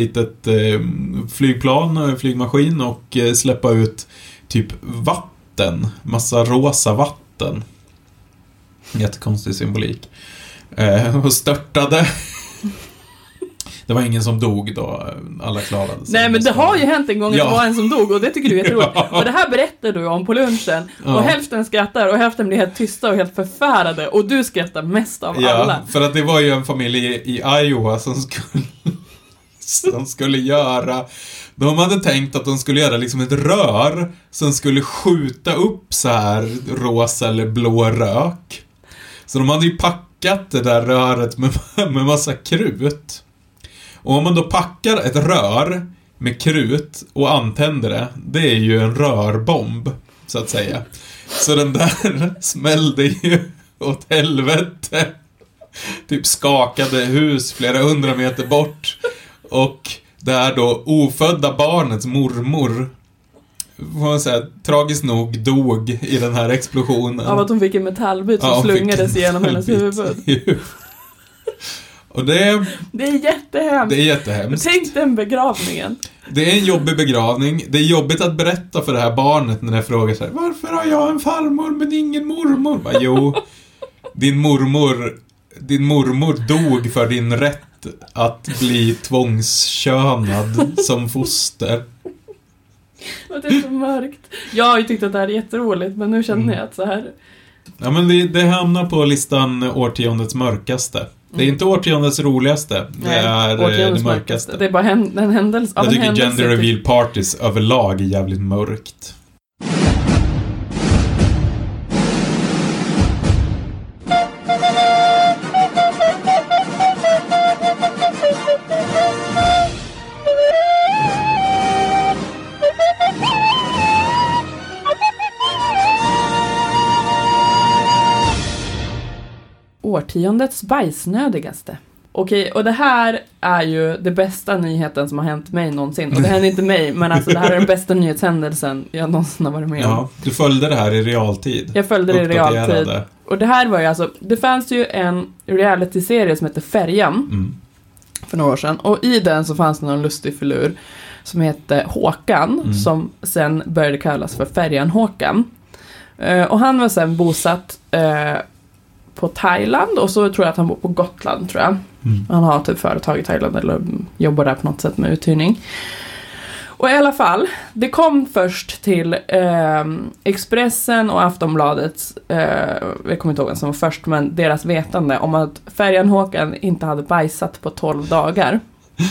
flygmaskin och släppa ut typ vatten, massa rosa vatten. Jättekonstig symbolik. Och störtade. Det var ingen som dog då. Alla klarade sig. Nej, men det har ju hänt en gång att det var en som dog. Och det tycker du är roligt. Och det här berättar du om på lunchen. Och hälften skrattar och hälften blir helt tysta och helt förfärade. Och du skrattar mest av alla. För att det var ju en familj i Iowa som skulle göra... De hade tänkt att de skulle göra liksom ett rör som skulle skjuta upp så här rosa eller blå rök. Så de hade ju packat det där röret med massa krut. Och om man då packar ett rör med krut och antänder det är ju en rörbomb, så att säga. Så den där smällde ju åt helvete. Typ skakade hus flera 100 meter bort. Och det här då ofödda barnets mormor, får man säga, tragiskt nog dog i den här explosionen. Av att hon fick en metallbit som slungades genom hennes huvud. Och det är jättehemskt. Det är jättehemskt. Tänk den begravningen. Det är en jobbig begravning. Det är jobbigt att berätta för det här barnet när det frågar sig: varför har jag en farmor men ingen mormor? Bara, jo, din mormor dog för din rätt att bli tvångskönad som foster. Och det är så mörkt. Jag har ju tyckt att det här är jätteroligt, men nu känner jag att så här... Ja, men det hamnar på listan årtiondets mörkaste. Det är inte årtiondets roligaste. Det är det mörkaste. Det är bara en händelse. Jag tycker gender reveal parties överlag är jävligt mörkt. Årtiondets bajsnödigaste. Okej, och det här är ju det bästa nyheten som har hänt mig någonsin. Och det händer inte mig, men alltså det här är den bästa nyhetshändelsen jag någonsin har varit med om. Ja, du följde det här i realtid. Jag följde det i realtid. Och det här var ju alltså, det fanns ju en reality-serie som heter Färjan för några år sedan. Och i den så fanns det någon lustig filur som hette Håkan, som sen började kallas för Färjan Håkan. Och han var sen bosatt på Thailand, och så tror jag att han bor på Gotland, tror jag. Han har typ företag i Thailand eller jobbar där på något sätt med uthyrning. Och i alla fall, det kom först till Expressen och Aftonbladet, jag kommer inte ihåg vem som var först, men deras vetande om att Färjan Håkan inte hade bajsat på 12 dagar.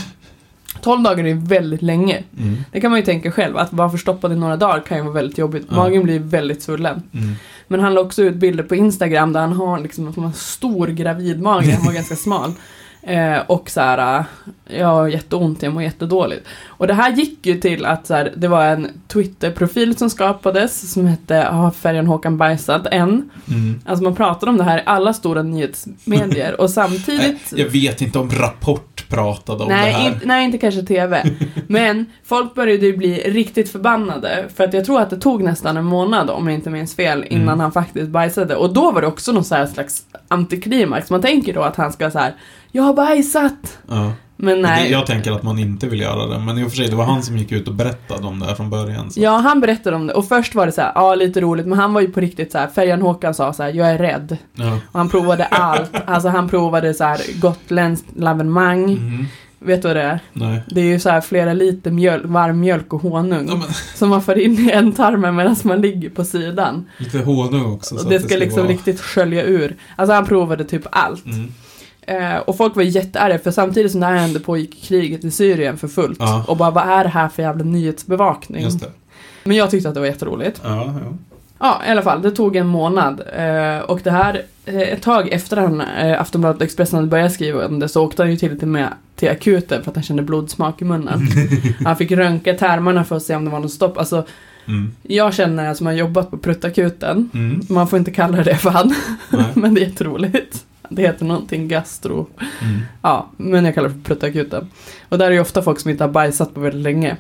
12 dagar är väldigt länge. Det kan man ju tänka själv, att bara förstoppa det några dagar kan ju vara väldigt jobbigt. Magen blir väldigt svullen. Men han la också ut bilder på Instagram där han har liksom en stor gravidmage, han var ganska smal. Och så här, jag har jätteont, jag mår jättedåligt. Och det här gick ju till att så här, det var en Twitter-profil som skapades som hette Färjan Håkan bajsat än. Alltså man pratade om det här i alla stora nyhetsmedier. Och samtidigt... Jag vet inte om Rapport pratade om det här. Nej, inte kanske TV. Men folk började ju bli riktigt förbannade. För att jag tror att det tog nästan en månad, om jag inte minns fel, innan han faktiskt bajsade. Och då var det också någon så här slags antiklimax. Man tänker då att han ska så här: jag har bajsat. Ja. Men nej. Jag tänker att man inte vill göra det. Men i och för sig, det var han som gick ut och berättade om det här från början. Så. Ja, han berättade om det. Och först var det så här, lite roligt. Men han var ju på riktigt så här, Färjan Håkan sa så här: jag är rädd. Ja. Och han provade allt. Alltså han provade så här gotländskt lavemang. Vet du vad det är? Nej. Det är ju så här flera liter varm mjölk och honung som man får in i en tarmen medan man ligger på sidan. Lite honung också. Och det ska liksom riktigt skölja ur. Alltså han provade typ allt. Och folk var jättearga, för samtidigt som det här hände pågick kriget i Syrien för fullt. Ja. Och bara, vad är det här för jävla nyhetsbevakning? Just det. Men jag tyckte att det var jätteroligt. Ja. Ja, i alla fall, det tog en månad. Och det här, ett tag efter han Aftonbladet och Expressen började skriva om det, så åkte han ju till akuten för att han kände blodsmak i munnen. Han fick röntga tarmarna för att se om det var något stopp. Alltså, jag känner som har jobbat på pruttakuten. Man får inte kalla det för han. Men det är jätteroligt. Det heter någonting gastro. Ja, men jag kallar det för pruttakuten. Och där är ju ofta folk som inte har bajsat på väldigt länge.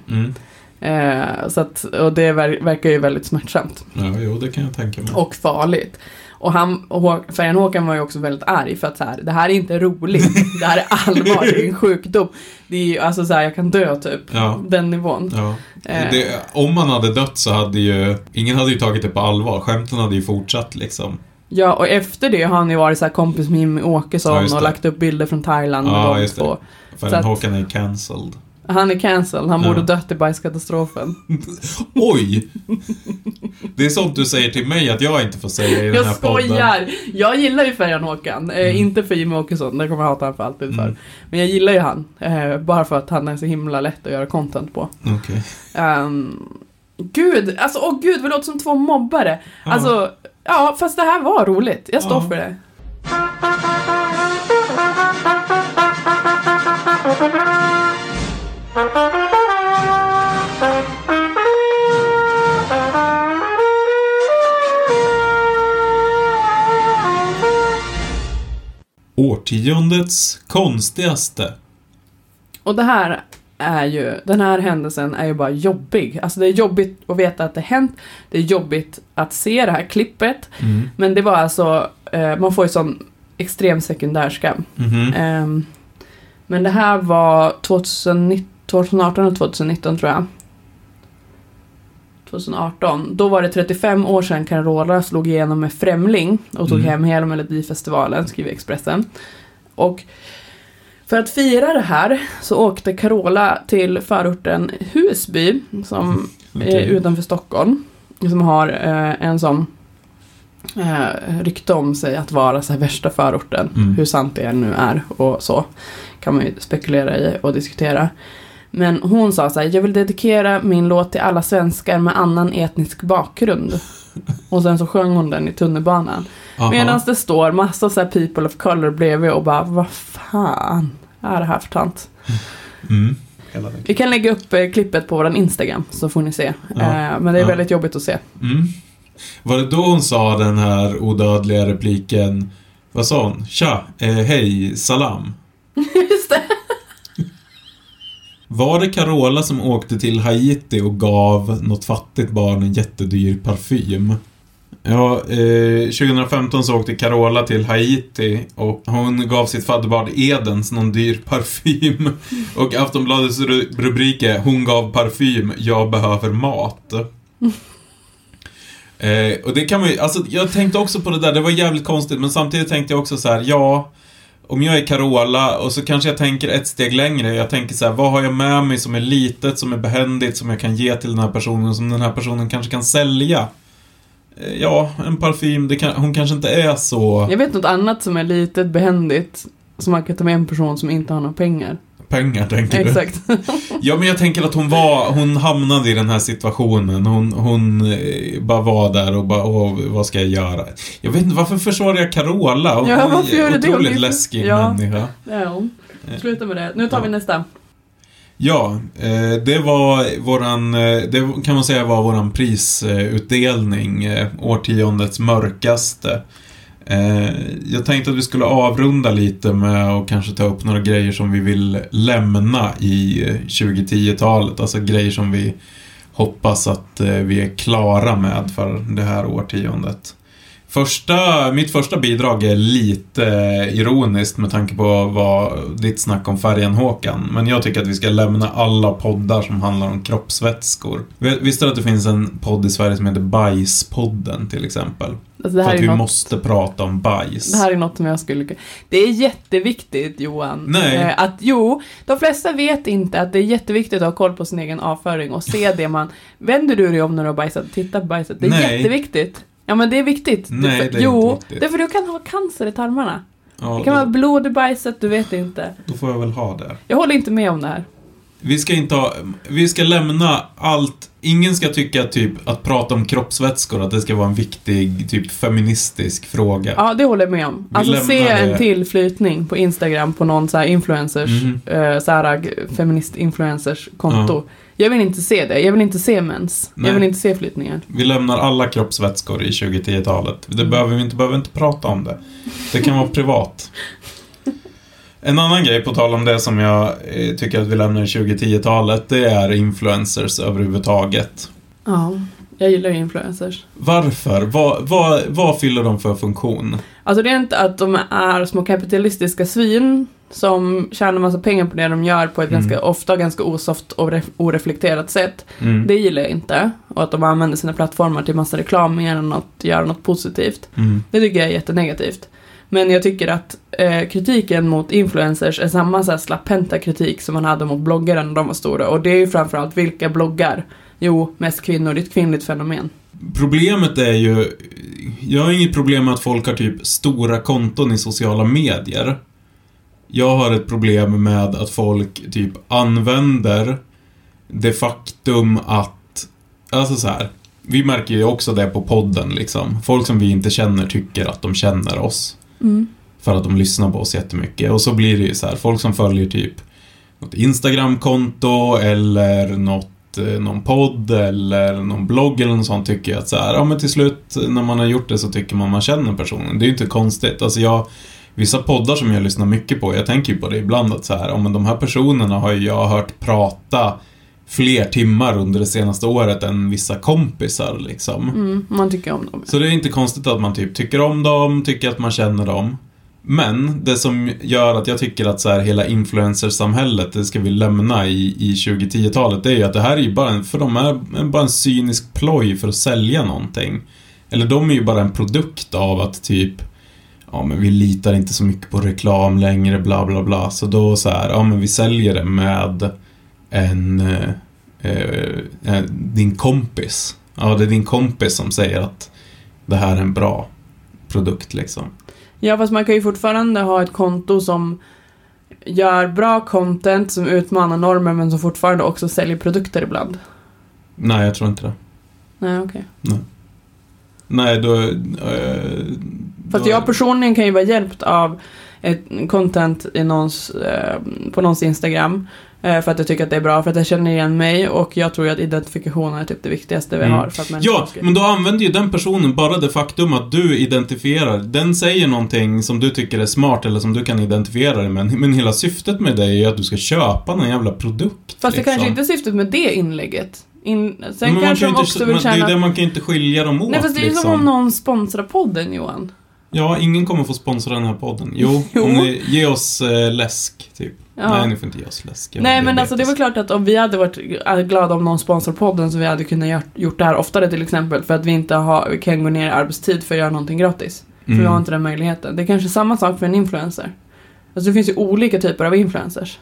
Så att, och det verkar ju väldigt smärtsamt. Ja, jo, det kan jag tänka mig. Och farligt. Och Färjan Håkan var ju också väldigt arg för att så här, det här är inte roligt. Det här är allvar, det är en sjukdom. Det är ju alltså så här, jag kan dö typ. Ja. Den nivån. Ja. Om man hade dött så hade ju ingen hade ju tagit det på allvar. Skämten hade ju fortsatt liksom. Ja, och efter det har han ju varit så här kompis med Jimmy Åkesson och lagt upp bilder från Thailand med dem två. Färjan Håkan är cancelled. Han är cancelled, han borde dött i bajskatastrofen. Oj! Det är sånt du säger till mig att jag inte får säga i den här podden. Jag skojar! Jag gillar ju Färjan Håkan. Inte för Jimmy Åkesson, det kommer jag hata han för alltid för. Men jag gillar ju han. Bara för att han är så himla lätt att göra content på. Okej. Gud, alltså gud, vi låter som två mobbare. Alltså, ja, fast det här var roligt. Jag står för det. Årtiondets konstigaste. Och den här händelsen är ju bara jobbig. Alltså det är jobbigt att veta att det hänt. Det är jobbigt att se det här klippet. Men det var alltså, man får ju sån extrem sekundärskam. Men det här var 2018 eller 2019 tror jag. 2018. Då var det 35 år sedan Carola slog igenom med Främling och tog hem hela Melodifestivalen, skriver Expressen. Och för att fira det här så åkte Carola till förorten Husby som är utanför Stockholm. Som har en sån rykte om sig att vara så här värsta förorten. Hur sant det nu är och så kan man ju spekulera i och diskutera. Men hon sa så här: jag vill dedikera min låt till alla svenskar med annan etnisk bakgrund. Och sen så sjöng hon den i tunnelbanan. Medan det står massa så här people of color bredvid och bara, vad fan är det här för tant? Vi kan lägga upp klippet på vår Instagram så får ni se. Men det är väldigt jobbigt att se. Var det då hon sa den här odödliga repliken? Vad sa hon? Tja, hej, salam. Just det. Var det Carola som åkte till Haiti och gav något fattigt barn en jättedyr parfym? Ja, 2015 så åkte Carola till Haiti och hon gav sitt fadderbarn Edens någon dyr parfym. Och Aftonbladets rubrik är: hon gav parfym, jag behöver mat. Och det kan man ju, alltså jag tänkte också på det där, det var jävligt konstigt, men samtidigt tänkte jag också så här: ja, om jag är Carola och så kanske jag tänker ett steg längre. Jag tänker så här: vad har jag med mig som är litet, som är behändigt, som jag kan ge till den här personen, som den här personen kanske kan sälja? Ja, en parfym, hon kanske inte är så... Jag vet något annat som är litet, behändigt, som man kan ta med en person som inte har några pengar. Pengar, tänker du? Exakt. Ja, men jag tänker att hon hamnade i den här situationen. Hon bara var där och bara, vad ska jag göra? Jag vet inte, varför försvarar jag Carola? Hon är otroligt läskig människa. Ja, hon. Sluta med det. Nu tar vi nästa. Ja, det var det kan man säga var våran prisutdelning, årtiondets mörkaste. Jag tänkte att vi skulle avrunda lite med att kanske ta upp några grejer som vi vill lämna i 2010-talet. Alltså grejer som vi hoppas att vi är klara med för det här årtiondet. Mitt första bidrag är lite ironiskt med tanke på vad ditt snack om Färgen Håkan. Men jag tycker att vi ska lämna alla poddar som handlar om kroppsvätskor. Visste du att det finns en podd i Sverige som heter Bajspodden till exempel? Alltså för att vi måste prata om bajs. Det här är något som jag skulle... Det är jätteviktigt, Johan. Nej. De flesta vet inte att det är jätteviktigt att ha koll på sin egen avföring och se det man... Vänder du dig om när du har bajsat? Titta på bajset. Det är jätteviktigt. Ja, men det är viktigt. Nej, det är inte viktigt. Det är för du kan ha cancer i tarmarna. Ja, det kan vara blod i bajset, du vet inte. Då får jag väl ha det. Jag håller inte med om det här. Vi ska lämna allt. Ingen ska tycka typ att prata om kroppsvätskor att det ska vara en viktig typ feministisk fråga. Ja, det håller jag med om. Alltså se en till flytning på Instagram på någon så här influencers så här feminist-influencers konto. Ja. Jag vill inte se det. Jag vill inte se mens. Nej. Jag vill inte se flytningar. Vi lämnar alla kroppsvätskor i 2010-talet. Det behöver inte prata om det. Det kan vara privat. En annan grej på tal om det som jag tycker att vi lämnar i 2010-talet, det är influencers överhuvudtaget. Ja, jag gillar influencers. Varför? Vad fyller de för funktion? Alltså det är inte att de är små kapitalistiska svin som tjänar massa pengar på det de gör på ett ofta ganska osoft och oreflekterat sätt. Det gillar jag inte. Och att de använder sina plattformar till massa reklam mer än att göra något positivt. Det tycker jag är jättenegativt. Men jag tycker att kritiken mot influencers är samma så här slapphänta kritik som man hade mot bloggare när de var stora. Och det är ju framförallt vilka bloggar? Jo, mest kvinnor. Det är ett kvinnligt fenomen. Problemet är ju... Jag har inget problem med att folk har typ stora konton i sociala medier. Jag har ett problem med att folk typ använder det faktum att... Alltså så här... Vi märker ju också det på podden liksom. Folk som vi inte känner tycker att de känner oss. För att de lyssnar på oss jättemycket. Och så blir det ju så här, folk som följer typ något Instagram-konto eller någon podd eller någon blogg eller något sånt, tycker jag att så här, ja men till slut när man har gjort det så tycker man känner personen. Det är ju inte konstigt. Alltså vissa poddar som jag lyssnar mycket på, jag tänker ju på det ibland att så här, ja men de här personerna har ju jag hört prata fler timmar under det senaste året än vissa kompisar liksom. Man tycker om dem. Så det är inte konstigt att man typ tycker om dem, tycker att man känner dem. Men det som gör att jag tycker att så här, hela influencersamhället, det ska vi lämna i 2010-talet, det är ju att det här är ju bara för de är bara en cynisk ploj för att sälja någonting. Eller de är ju bara en produkt av att typ, ja men vi litar inte så mycket på reklam längre, bla bla bla. Så då så här, ja men vi säljer det med din kompis. Ja, det är din kompis som säger att det här är en bra produkt liksom. Ja, fast man kan ju fortfarande ha ett konto som gör bra content, som utmanar normer, men som fortfarande också säljer produkter ibland. Nej, jag tror inte det. Nej, okej. Nej, då... Fast jag personligen kan ju vara hjälpt av ett content i på någons Instagram, för att jag tycker att det är bra, för att jag känner igen mig, och jag tror att identifikationen är typ det viktigaste vi har för att ja, men då använder ju den personen bara det faktum att du identifierar, den säger någonting som du tycker är smart eller som du kan identifiera dig med, men hela syftet med det är ju att du ska köpa någon jävla produkt. Fast det kanske inte är syftet med det inlägget. Sen kanske de också vill tjäna... Det är det, man kan inte skilja dem åt. Nej, fast det är ju som om någon sponsrar podden, Johan. Ja, ingen kommer få sponsra den här podden. Jo. Om ni ger oss läsk, typ. Ja. Nej, ni får inte ge oss läsk. Nej, men alltså det var klart att om vi hade varit glada om någon sponsrar podden, så vi hade kunnat gjort det här oftare till exempel, för att vi inte kan gå ner i arbetstid för att göra någonting gratis. För vi har inte den möjligheten. Det är kanske samma sak för en influencer. Alltså det finns ju olika typer av influencers.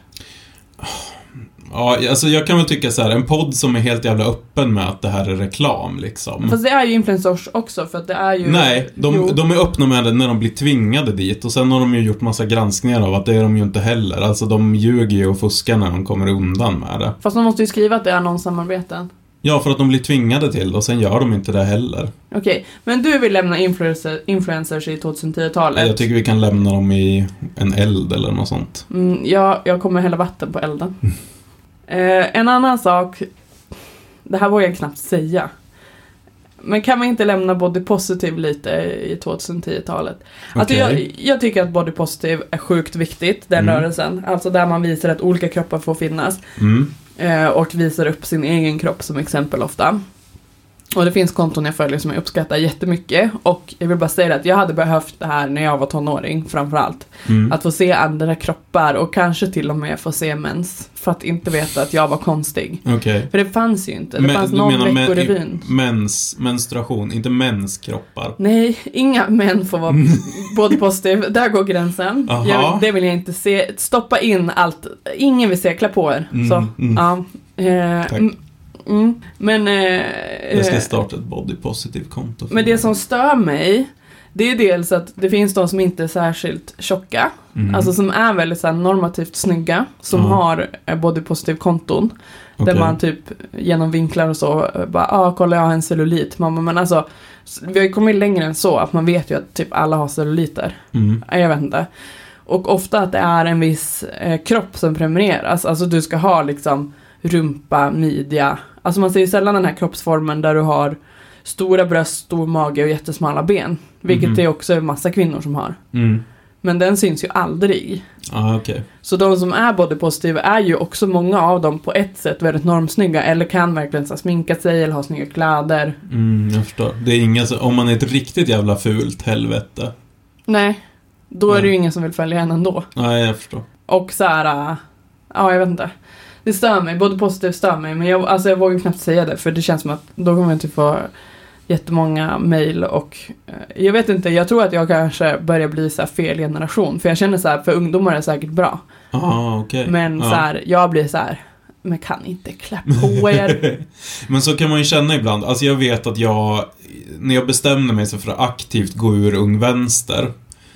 Ja, alltså jag kan väl tycka så här, en podd som är helt jävla öppen med att det här är reklam liksom. Fast det är ju influencers också, för att det är ju... Nej, de är öppna med det när de blir tvingade dit. Och sen har de ju gjort massa granskningar av att det är de ju inte heller. Alltså de ljuger ju och fuskar när de kommer undan med det. Fast de måste ju skriva att det är någon samarbeten. Ja, för att de blir tvingade till det, och sen gör de inte det heller. Okej, men du vill lämna influencers i 2010-talet? Jag tycker vi kan lämna dem i en eld eller något sånt. Jag kommer hälla vatten på elden. En annan sak, det här vågar jag knappt säga, men kan man inte lämna body positive lite i 2010-talet? Alltså jag tycker att body positive är sjukt viktigt, den rörelsen. Alltså där man visar att olika kroppar får finnas. Och visar upp sin egen kropp som exempel ofta. Och det finns konton jag följer som jag uppskattar jättemycket. Och jag vill bara säga att jag hade behövt det här när jag var tonåring framförallt. Att få se andra kroppar och kanske till och med få se mens. För att inte veta att jag var konstig. För det fanns ju inte. Det fanns någon veckorevyn. Menstruation, inte menskroppar. Nej, inga män får vara body positive. Där går gränsen. Det vill jag inte se. Stoppa in allt. Ingen vill se, klä på er. Ja. Tack. Men jag ska starta ett body positive konto. Men det som stör mig, det är dels att det finns de som inte är särskilt tjocka, alltså som är väldigt så här normativt snygga, som har body positive konton där man typ genom vinklar och så bara, kolla jag har en cellulit, mamma, men alltså vi har ju kommit längre än så att man vet ju att typ alla har celluliter. Jag vet inte. Och ofta att det är en viss kropp som premieras, alltså du ska ha liksom rumpa, midja. Alltså man ser ju sällan den här kroppsformen där du har stora bröst, stor mage och jättesmala ben. Vilket det är också en massa kvinnor som har. Men den syns ju aldrig. Okay. Så de som är body positive är ju också många av dem på ett sätt väldigt normsnygga. Eller kan verkligen så sminka sig eller ha snygga kläder. Jag förstår. Det är inga, om man är ett riktigt jävla fult helvete. Nej, då är det ju ingen som vill följa henne ändå. Nej, jag förstår. Och så här, jag vet inte. Det stör mig, både positivt stör mig, men jag vågar knappt säga det, för det känns som att då kommer jag inte få jättemånga mejl, och jag vet inte, jag tror att jag kanske börjar bli så här fel generation, för jag känner så här, för ungdomar är det säkert bra. Okay. Men så här, jag blir så här, men kan inte klä på er. Men så kan man ju känna ibland, alltså jag vet att när jag bestämde mig så för att aktivt gå ur Ung Vänster,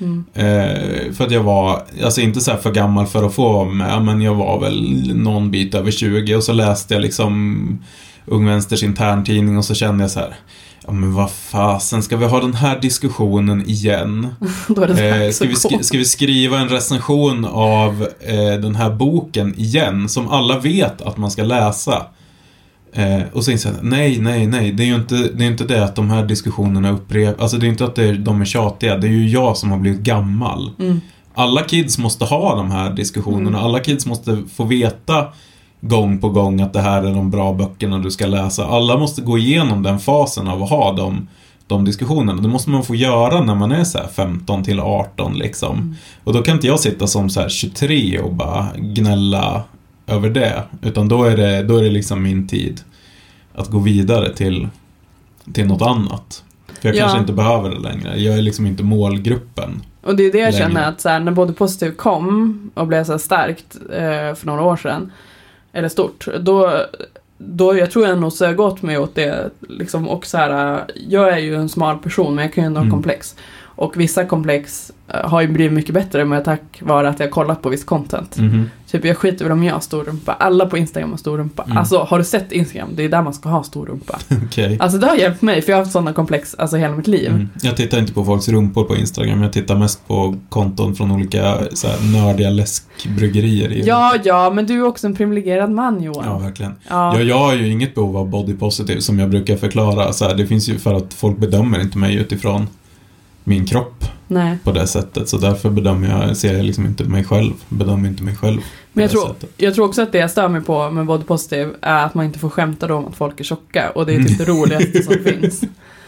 för att jag var alltså inte så här för gammal för att få med, men jag var väl någon bit över 20, och så läste jag liksom Ung Vänsters interntidning, och så kände jag så här, ja men vad fasen, ska vi ha den här diskussionen igen? Då är det ska vi skriva en recension av den här boken igen, som alla vet att man ska läsa? Och så inser jag, nej, det är ju inte det att de här diskussionerna upprepas. Alltså det är inte att de är tjatiga, det är ju jag som har blivit gammal. Alla kids måste ha de här diskussionerna. Alla kids måste få veta gång på gång att det här är de bra böckerna du ska läsa. Alla måste gå igenom den fasen av att ha de diskussionerna. Det måste man få göra när man är så här 15 till 18 liksom. Och då kan inte jag sitta som så här 23 och bara gnälla över det, utan då är det liksom min tid att gå vidare till något annat. För jag kanske inte behöver det längre. Jag är liksom inte målgruppen. Och det är det jag känner, att så här, när Body Positive kom och blev så här starkt för några år sedan, eller stort, då jag tror jag nog sög åt mig åt det liksom, och så här, jag är ju en smal person, men jag kan ju ändå ha komplex. Och vissa komplex har ju blivit mycket bättre med tack vare att jag kollat på viss content. Typ jag skiter väl om jag har stor rumpa. Alla på Instagram har stor rumpa. Alltså har du sett Instagram? Det är där man ska ha stor rumpa. Okay. Alltså det har hjälpt mig, för jag har haft sådana komplex alltså hela mitt liv. Jag tittar inte på folks rumpor på Instagram. Jag tittar mest på konton från olika så här, nördiga läskbryggerier. Ja, men du är också en privilegierad man, Johan. Ja, verkligen. Ja. Jag har ju inget behov av body positive, som jag brukar förklara. Så här, det finns ju för att folk bedömer inte mig utifrån min kropp. Nej. På det sättet, så därför ser jag liksom inte mig själv, bedömer inte mig själv. Men jag tror också att det jag stör mig på med body positive är att man inte får skämta då om att folk är tjocka, och det är typ det roligaste som finns.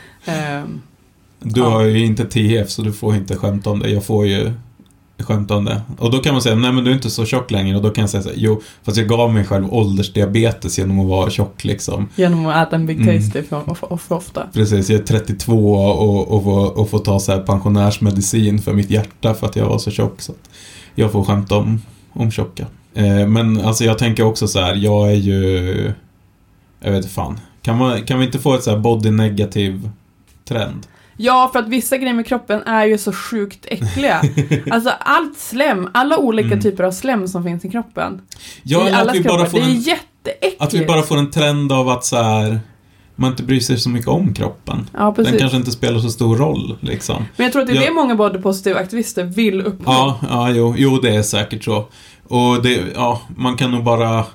Du har ju inte TF, så du får inte skämta om det. Jag får ju skämta om det. Och då kan man säga, nej men du är inte så tjock längre. Och då kan jag säga så här, jo, fast jag gav mig själv åldersdiabetes genom att vara tjock liksom. Genom att äta en Big Tasty för ofta. Precis, jag är 32 och får ta så här pensionärsmedicin för mitt hjärta för att jag var så tjock. Så att jag får skämta om tjocka. Men alltså jag tänker också så här, jag är ju, jag vet inte fan. Kan vi inte få ett så här body negativ trend? Ja, för att vissa grejer med kroppen är ju så sjukt äckliga. Alltså allt slem, alla olika typer av slem som finns i kroppen. Ja, i allas kroppar, det är jätteäckligt. Att vi bara får en trend av att så här, man inte bryr sig så mycket om kroppen. Ja, precis. Den kanske inte spelar så stor roll liksom. Men jag tror att det är det många body positive aktivister vill uppnå. Ja, jo, det är säkert så. Och man kan nog bara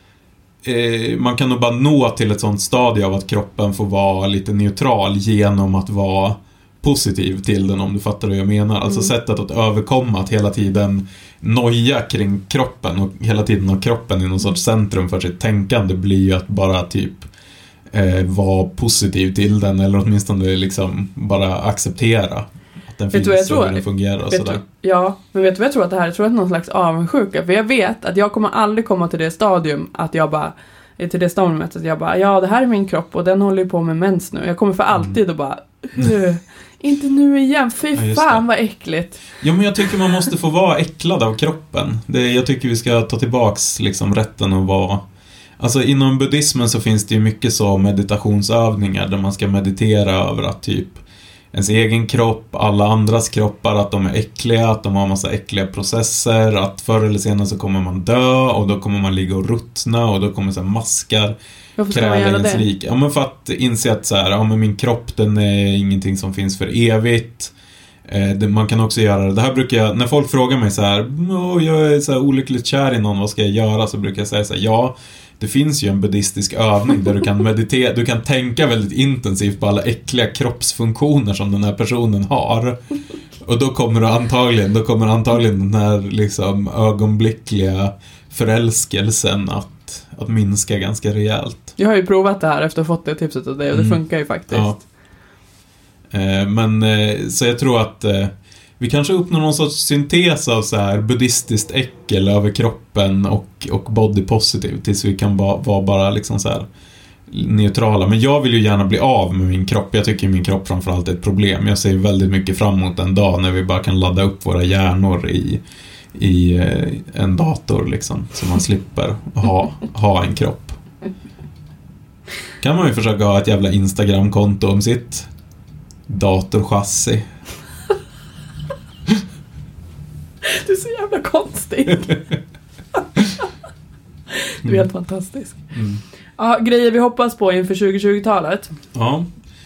nå till ett sånt stadie av att kroppen får vara lite neutral genom att vara positiv till den, om du fattar vad jag menar. Alltså sättet att överkomma att hela tiden noja kring kroppen och hela tiden ha kroppen i någon sorts centrum för sitt tänkande blir ju att bara typ vara positiv till den, eller åtminstone liksom bara acceptera att den finns och hur den fungerar och sådär. Ja, men vet du vad jag tror att det här är? Jag tror att det är någon slags avundsjuka, för jag vet att jag kommer aldrig komma till det stadium att jag bara till det stadiumet att jag bara, ja det här är min kropp och den håller ju på med mens nu. Jag kommer för alltid och bara inte nu igen, fy fan vad äckligt. Ja, men jag tycker man måste få vara äcklad av kroppen. Jag tycker vi ska ta tillbaks liksom rätten att vara. Alltså inom buddhismen så finns det ju mycket så meditationsövningar där man ska meditera över att typ ens egen kropp, alla andras kroppar, att de är äckliga, att de har massa äckliga processer, att förr eller senare så kommer man dö och då kommer man ligga och ruttna och då kommer så här maskar kräva ens lik. Ja, men för att inse att så här, ja men min kropp, den är ingenting som finns för evigt. Man kan också göra det. Det här brukar jag, när folk frågar mig så här, jag är så här olyckligt kär i någon, vad ska jag göra? Så brukar jag säga så här, ja, det finns ju en buddhistisk övning där du kan meditera, du kan tänka väldigt intensivt på alla äckliga kroppsfunktioner som den här personen har. Och då kommer antagligen den här liksom ögonblickliga förälskelsen att minska ganska rejält. Jag har ju provat det här efter att ha fått det tipset av dig och det funkar ju faktiskt. Ja. Men så jag tror att vi kanske uppnår någon sorts syntes av så här buddhistiskt äckel över kroppen och body positive tills vi kan vara bara liksom så här neutrala. Men jag vill ju gärna bli av med min kropp. Jag tycker min kropp framförallt är ett problem. Jag ser väldigt mycket fram emot en dag när vi bara kan ladda upp våra hjärnor i en dator liksom, så man slipper ha en kropp. Kan man ju försöka ha ett jävla Instagram-konto om sitt datorchassi. Du är så jävla konstig. Du är helt fantastisk. Ja, grejer vi hoppas på inför 2020-talet. Ja.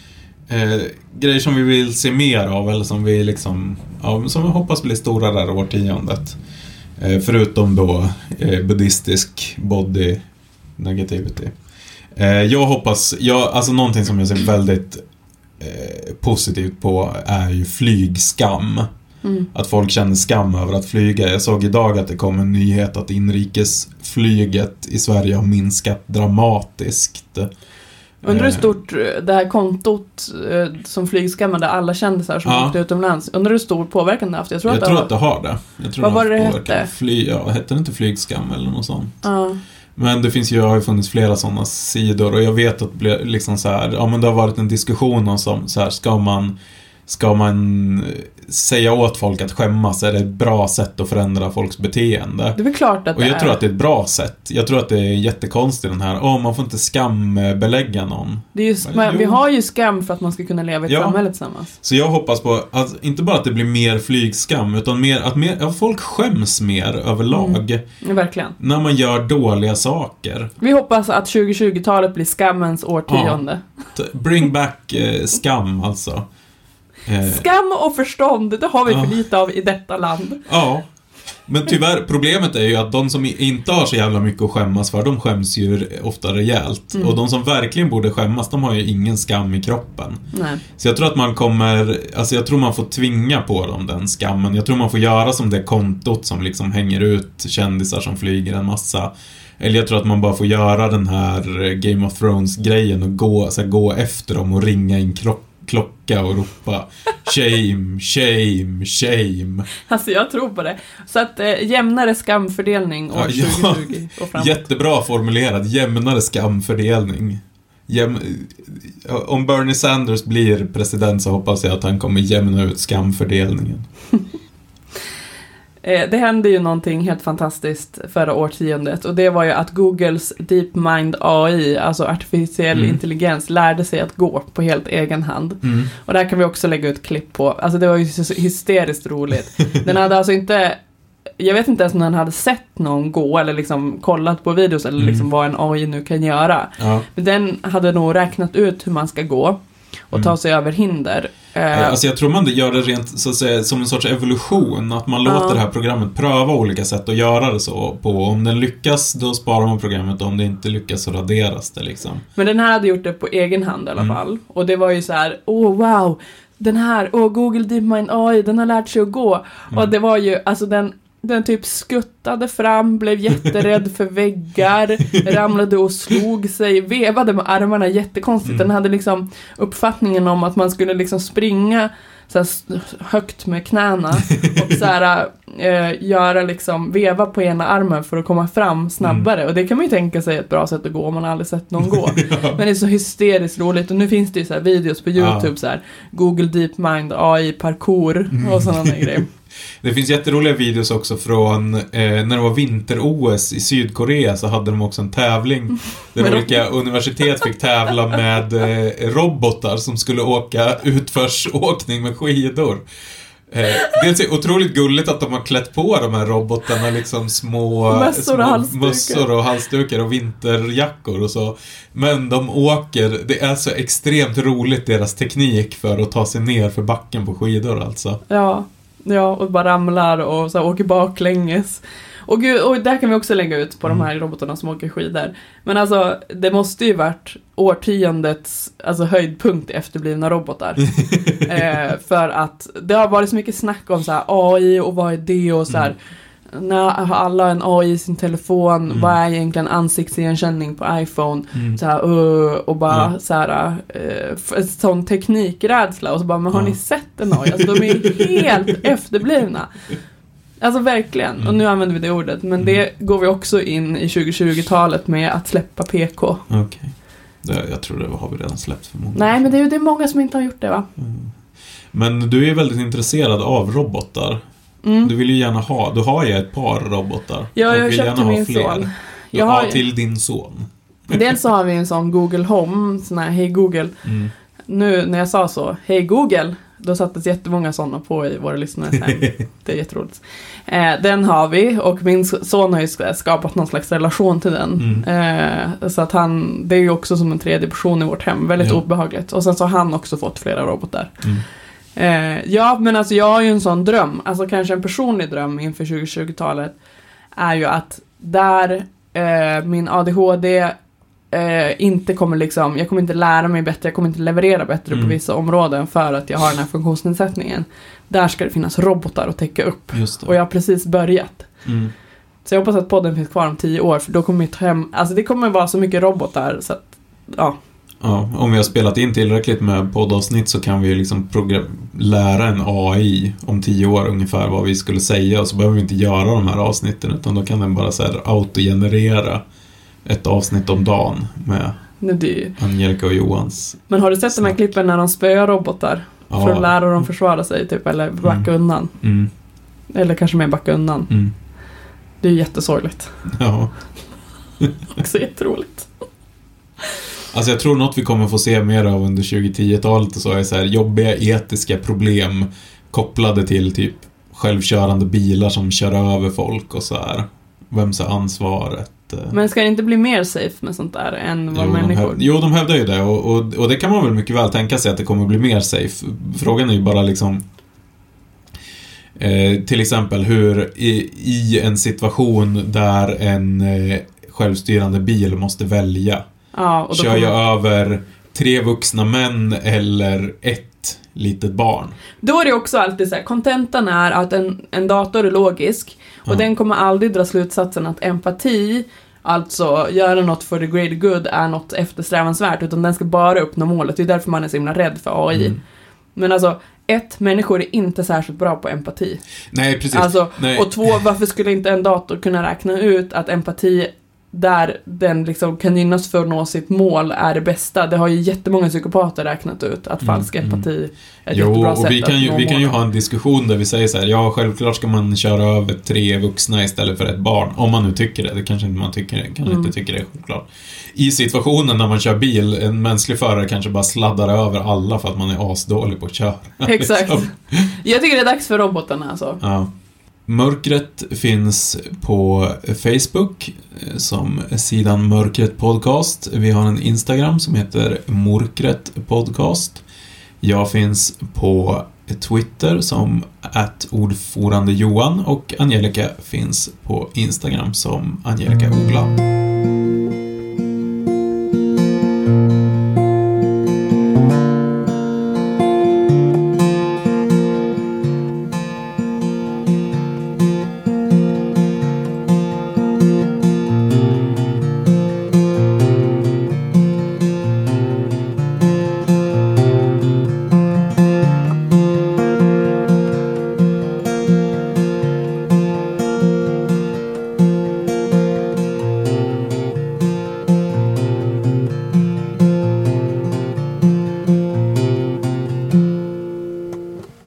Grejer som vi vill se mer av, eller som vi liksom, som vi hoppas blir stora där årtiondet. Förutom då buddhistisk body negativity. Jag hoppas, alltså någonting som jag ser väldigt positivt på är ju flygskam. Att folk känner skam över att flyga. Jag såg idag att det kom en nyhet att inrikesflyget i Sverige har minskat dramatiskt. Undrar hur stort det här kontot som flygskammade alla kändisar som åkte utomlands. Undrar hur stor påverkan det haft? Jag tror att det har det. Vad var det hette? Hette det inte flygskam eller något sånt? Men det finns ju, har ju funnits flera sådana sidor, och jag vet att det liksom så här, men det har varit en diskussion om så här, ska man säga åt folk att skämmas? Är det ett bra sätt att förändra folks beteende? Det är väl klart att och jag tror att det är ett bra sätt. Jag tror att det är jättekonstigt den här, man får inte skambelägga någon. Det är just, men vi har ju skam för att man ska kunna leva i ett samhälle tillsammans. Så jag hoppas på att inte bara att det blir mer flygskam, utan att folk skäms mer överlag. Ja, verkligen. När man gör dåliga saker. Vi hoppas att 2020-talet blir skammens årtionde. Bring back skam alltså. Skam och förstånd, det har vi för lite av i detta land. Ja, men tyvärr, problemet är ju att de som inte har så jävla mycket att skämmas för, de skäms ju ofta rejält. Och de som verkligen borde skämmas, de har ju ingen skam i kroppen. Nej. Så jag tror att jag tror man får tvinga på dem den skammen. Jag tror man får göra som det kontot som liksom hänger ut kändisar som flyger en massa. Eller jag tror att man bara får göra den här Game of Thrones-grejen och gå efter dem och ringa in klocka och ropa shame, shame, shame. Alltså jag tror på det. Så att jämnare skamfördelning år 2020 och framåt. Jättebra formulerat, jämnare skamfördelning. Om Bernie Sanders blir president så hoppas jag att han kommer jämna ut skamfördelningen. Det hände ju någonting helt fantastiskt förra årtiondet, och det var ju att Googles DeepMind AI, alltså artificiell intelligens, lärde sig att gå på helt egen hand. Och där kan vi också lägga ut klipp på. Alltså det var ju så hysteriskt roligt. Den hade alltså inte, jag vet inte ens om den hade sett någon gå eller liksom kollat på videos eller liksom vad en AI nu kan göra. Ja. Men den hade nog räknat ut hur man ska gå och ta sig över hinder. Alltså jag tror man gör det rent så att säga, som en sorts evolution, att man låter det här programmet pröva olika sätt att göra det så på. Om den lyckas, då sparar man programmet, och om det inte lyckas så raderas det liksom. Men den här hade gjort det på egen hand i alla fall. Och det var ju så här, wow, den här, Google DeepMind AI, den har lärt sig att gå. Och det var ju, alltså den typ skuttade fram, blev jätterädd för väggar, ramlade och slog sig, vevade med armarna jättekonstigt. Den hade liksom uppfattningen om att man skulle liksom springa så här högt med knäna och så här, göra liksom, veva på ena armen för att komma fram snabbare. Och det kan man ju tänka sig ett bra sätt att gå om man aldrig sett någon gå. Men det är så hysteriskt roligt. Och nu finns det ju så här videos på YouTube, så här Google DeepMind AI parkour och sådana grejer. Det finns jätteroliga videos också från när det var vinter-OS i Sydkorea, så hade de också en tävling där olika universitet fick tävla med robotar som skulle åka utförsåkning med skidor. Dels är otroligt gulligt att de har klätt på de här robotarna liksom små mössor och halsdukar och vinterjackor och så. Men de åker, det är så extremt roligt deras teknik för att ta sig ner för backen på skidor alltså. Ja, och bara ramlar och så här, åker baklänges. Och där kan vi också lägga ut på de här robotarna som åker skidor. Men alltså, det måste ju varit årtiondets höjdpunkt i efterblivna robotar. För att det har varit så mycket snack om så här, AI och vad är det och så här. När alla en AI i sin telefon, vad är egentligen ansiktsigenkänning på iPhone, så här, och bara så här, sån teknikrädsla, och så bara, men har ni sett en AI? Alltså de är helt efterblivna. Alltså verkligen, och nu använder vi det ordet, men det går vi också in i 2020-talet med att släppa PK. Okej. Jag tror det har vi redan släppt för många. Nej, men det är många som inte har gjort det, va? Men du är väldigt intresserad av robotar. Du vill ju gärna du har ju ett par robotar. Ja, jag köpte min son. Till din son. Dels så har vi en sån Google Home, sån här Hey Google. Nu när jag sa så, Hey Google, Då sattes jättemånga sådana på i våra lyssnares hem. Det är jätteroligt. Den har vi, och min son har ju skapat någon slags relation till den. Så att det är ju också som en tredje person i vårt hem. Väldigt obehagligt. Och sen så har han också fått flera robotar. Ja, men alltså jag har ju en sån dröm. Alltså kanske en personlig dröm inför 2020-talet är ju att där min ADHD inte kommer liksom, jag kommer inte lära mig bättre, jag kommer inte leverera bättre på vissa områden för att jag har den här funktionsnedsättningen. Där ska det finnas robotar att täcka upp. Och jag har precis börjat. Så jag hoppas att podden finns kvar om 10 år, för då kommer mitt hem, alltså det kommer vara så mycket robotar så att, ja. Ja, om vi har spelat in tillräckligt med poddavsnitt så kan vi liksom lära en AI om 10 år ungefär vad vi skulle säga, och så behöver vi inte göra de här avsnitten, utan då kan den bara så här autogenerera ett avsnitt om dagen med Angelica och Johans. Men har du sett de här klippen när de spöar robotar för att lära dem försvara sig typ, eller backa undan? Eller kanske mer backa undan. Det är ju jättesorgligt. Ja. Också jätteroligt. Alltså jag tror något vi kommer få se mer av under 2010-talet och så är så här jobbiga etiska problem kopplade till typ självkörande bilar som kör över folk och så här. Vems är ansvaret? Men ska det inte bli mer safe med sånt där än vad människor? De hävdar ju det, och det kan man väl mycket väl tänka sig att det kommer bli mer safe. Frågan är ju bara liksom till exempel hur i en situation där en självstyrande bil måste välja. Ja, och då kör jag över 3 vuxna män eller 1 litet barn. Då är det också alltid så här, kontentan är att en dator är logisk och den kommer aldrig dra slutsatsen att empati, alltså göra något för the greater good, är något eftersträvansvärt, utan den ska bara uppnå målet. Det är därför man är så himla rädd för AI. Men alltså, 1, människor är inte särskilt bra på empati. Nej, precis. Alltså, och 2, varför skulle inte en dator kunna räkna ut att empati där den liksom kan gynnas för att nå sitt mål är det bästa. Det har ju jättemånga psykopater räknat ut att falsk empati är ett jättebra sätt och vi kan ju ha en diskussion där vi säger så här: ja, självklart ska man köra över 3 vuxna istället för 1 barn, om man nu tycker det. Det kanske inte man tycker, kanske inte tycker det är självklart. I situationen när man kör bil, en mänsklig förare kanske bara sladdar över alla för att man är asdålig på att köra. Exakt. Liksom. Jag tycker det är dags för robotarna alltså. Ja. Mörkret finns på Facebook som sidan Mörkret Podcast. Vi har en Instagram som heter Mörkret Podcast. Jag finns på Twitter som @ordforandejohan, och Angelica finns på Instagram som Angelica Ogla.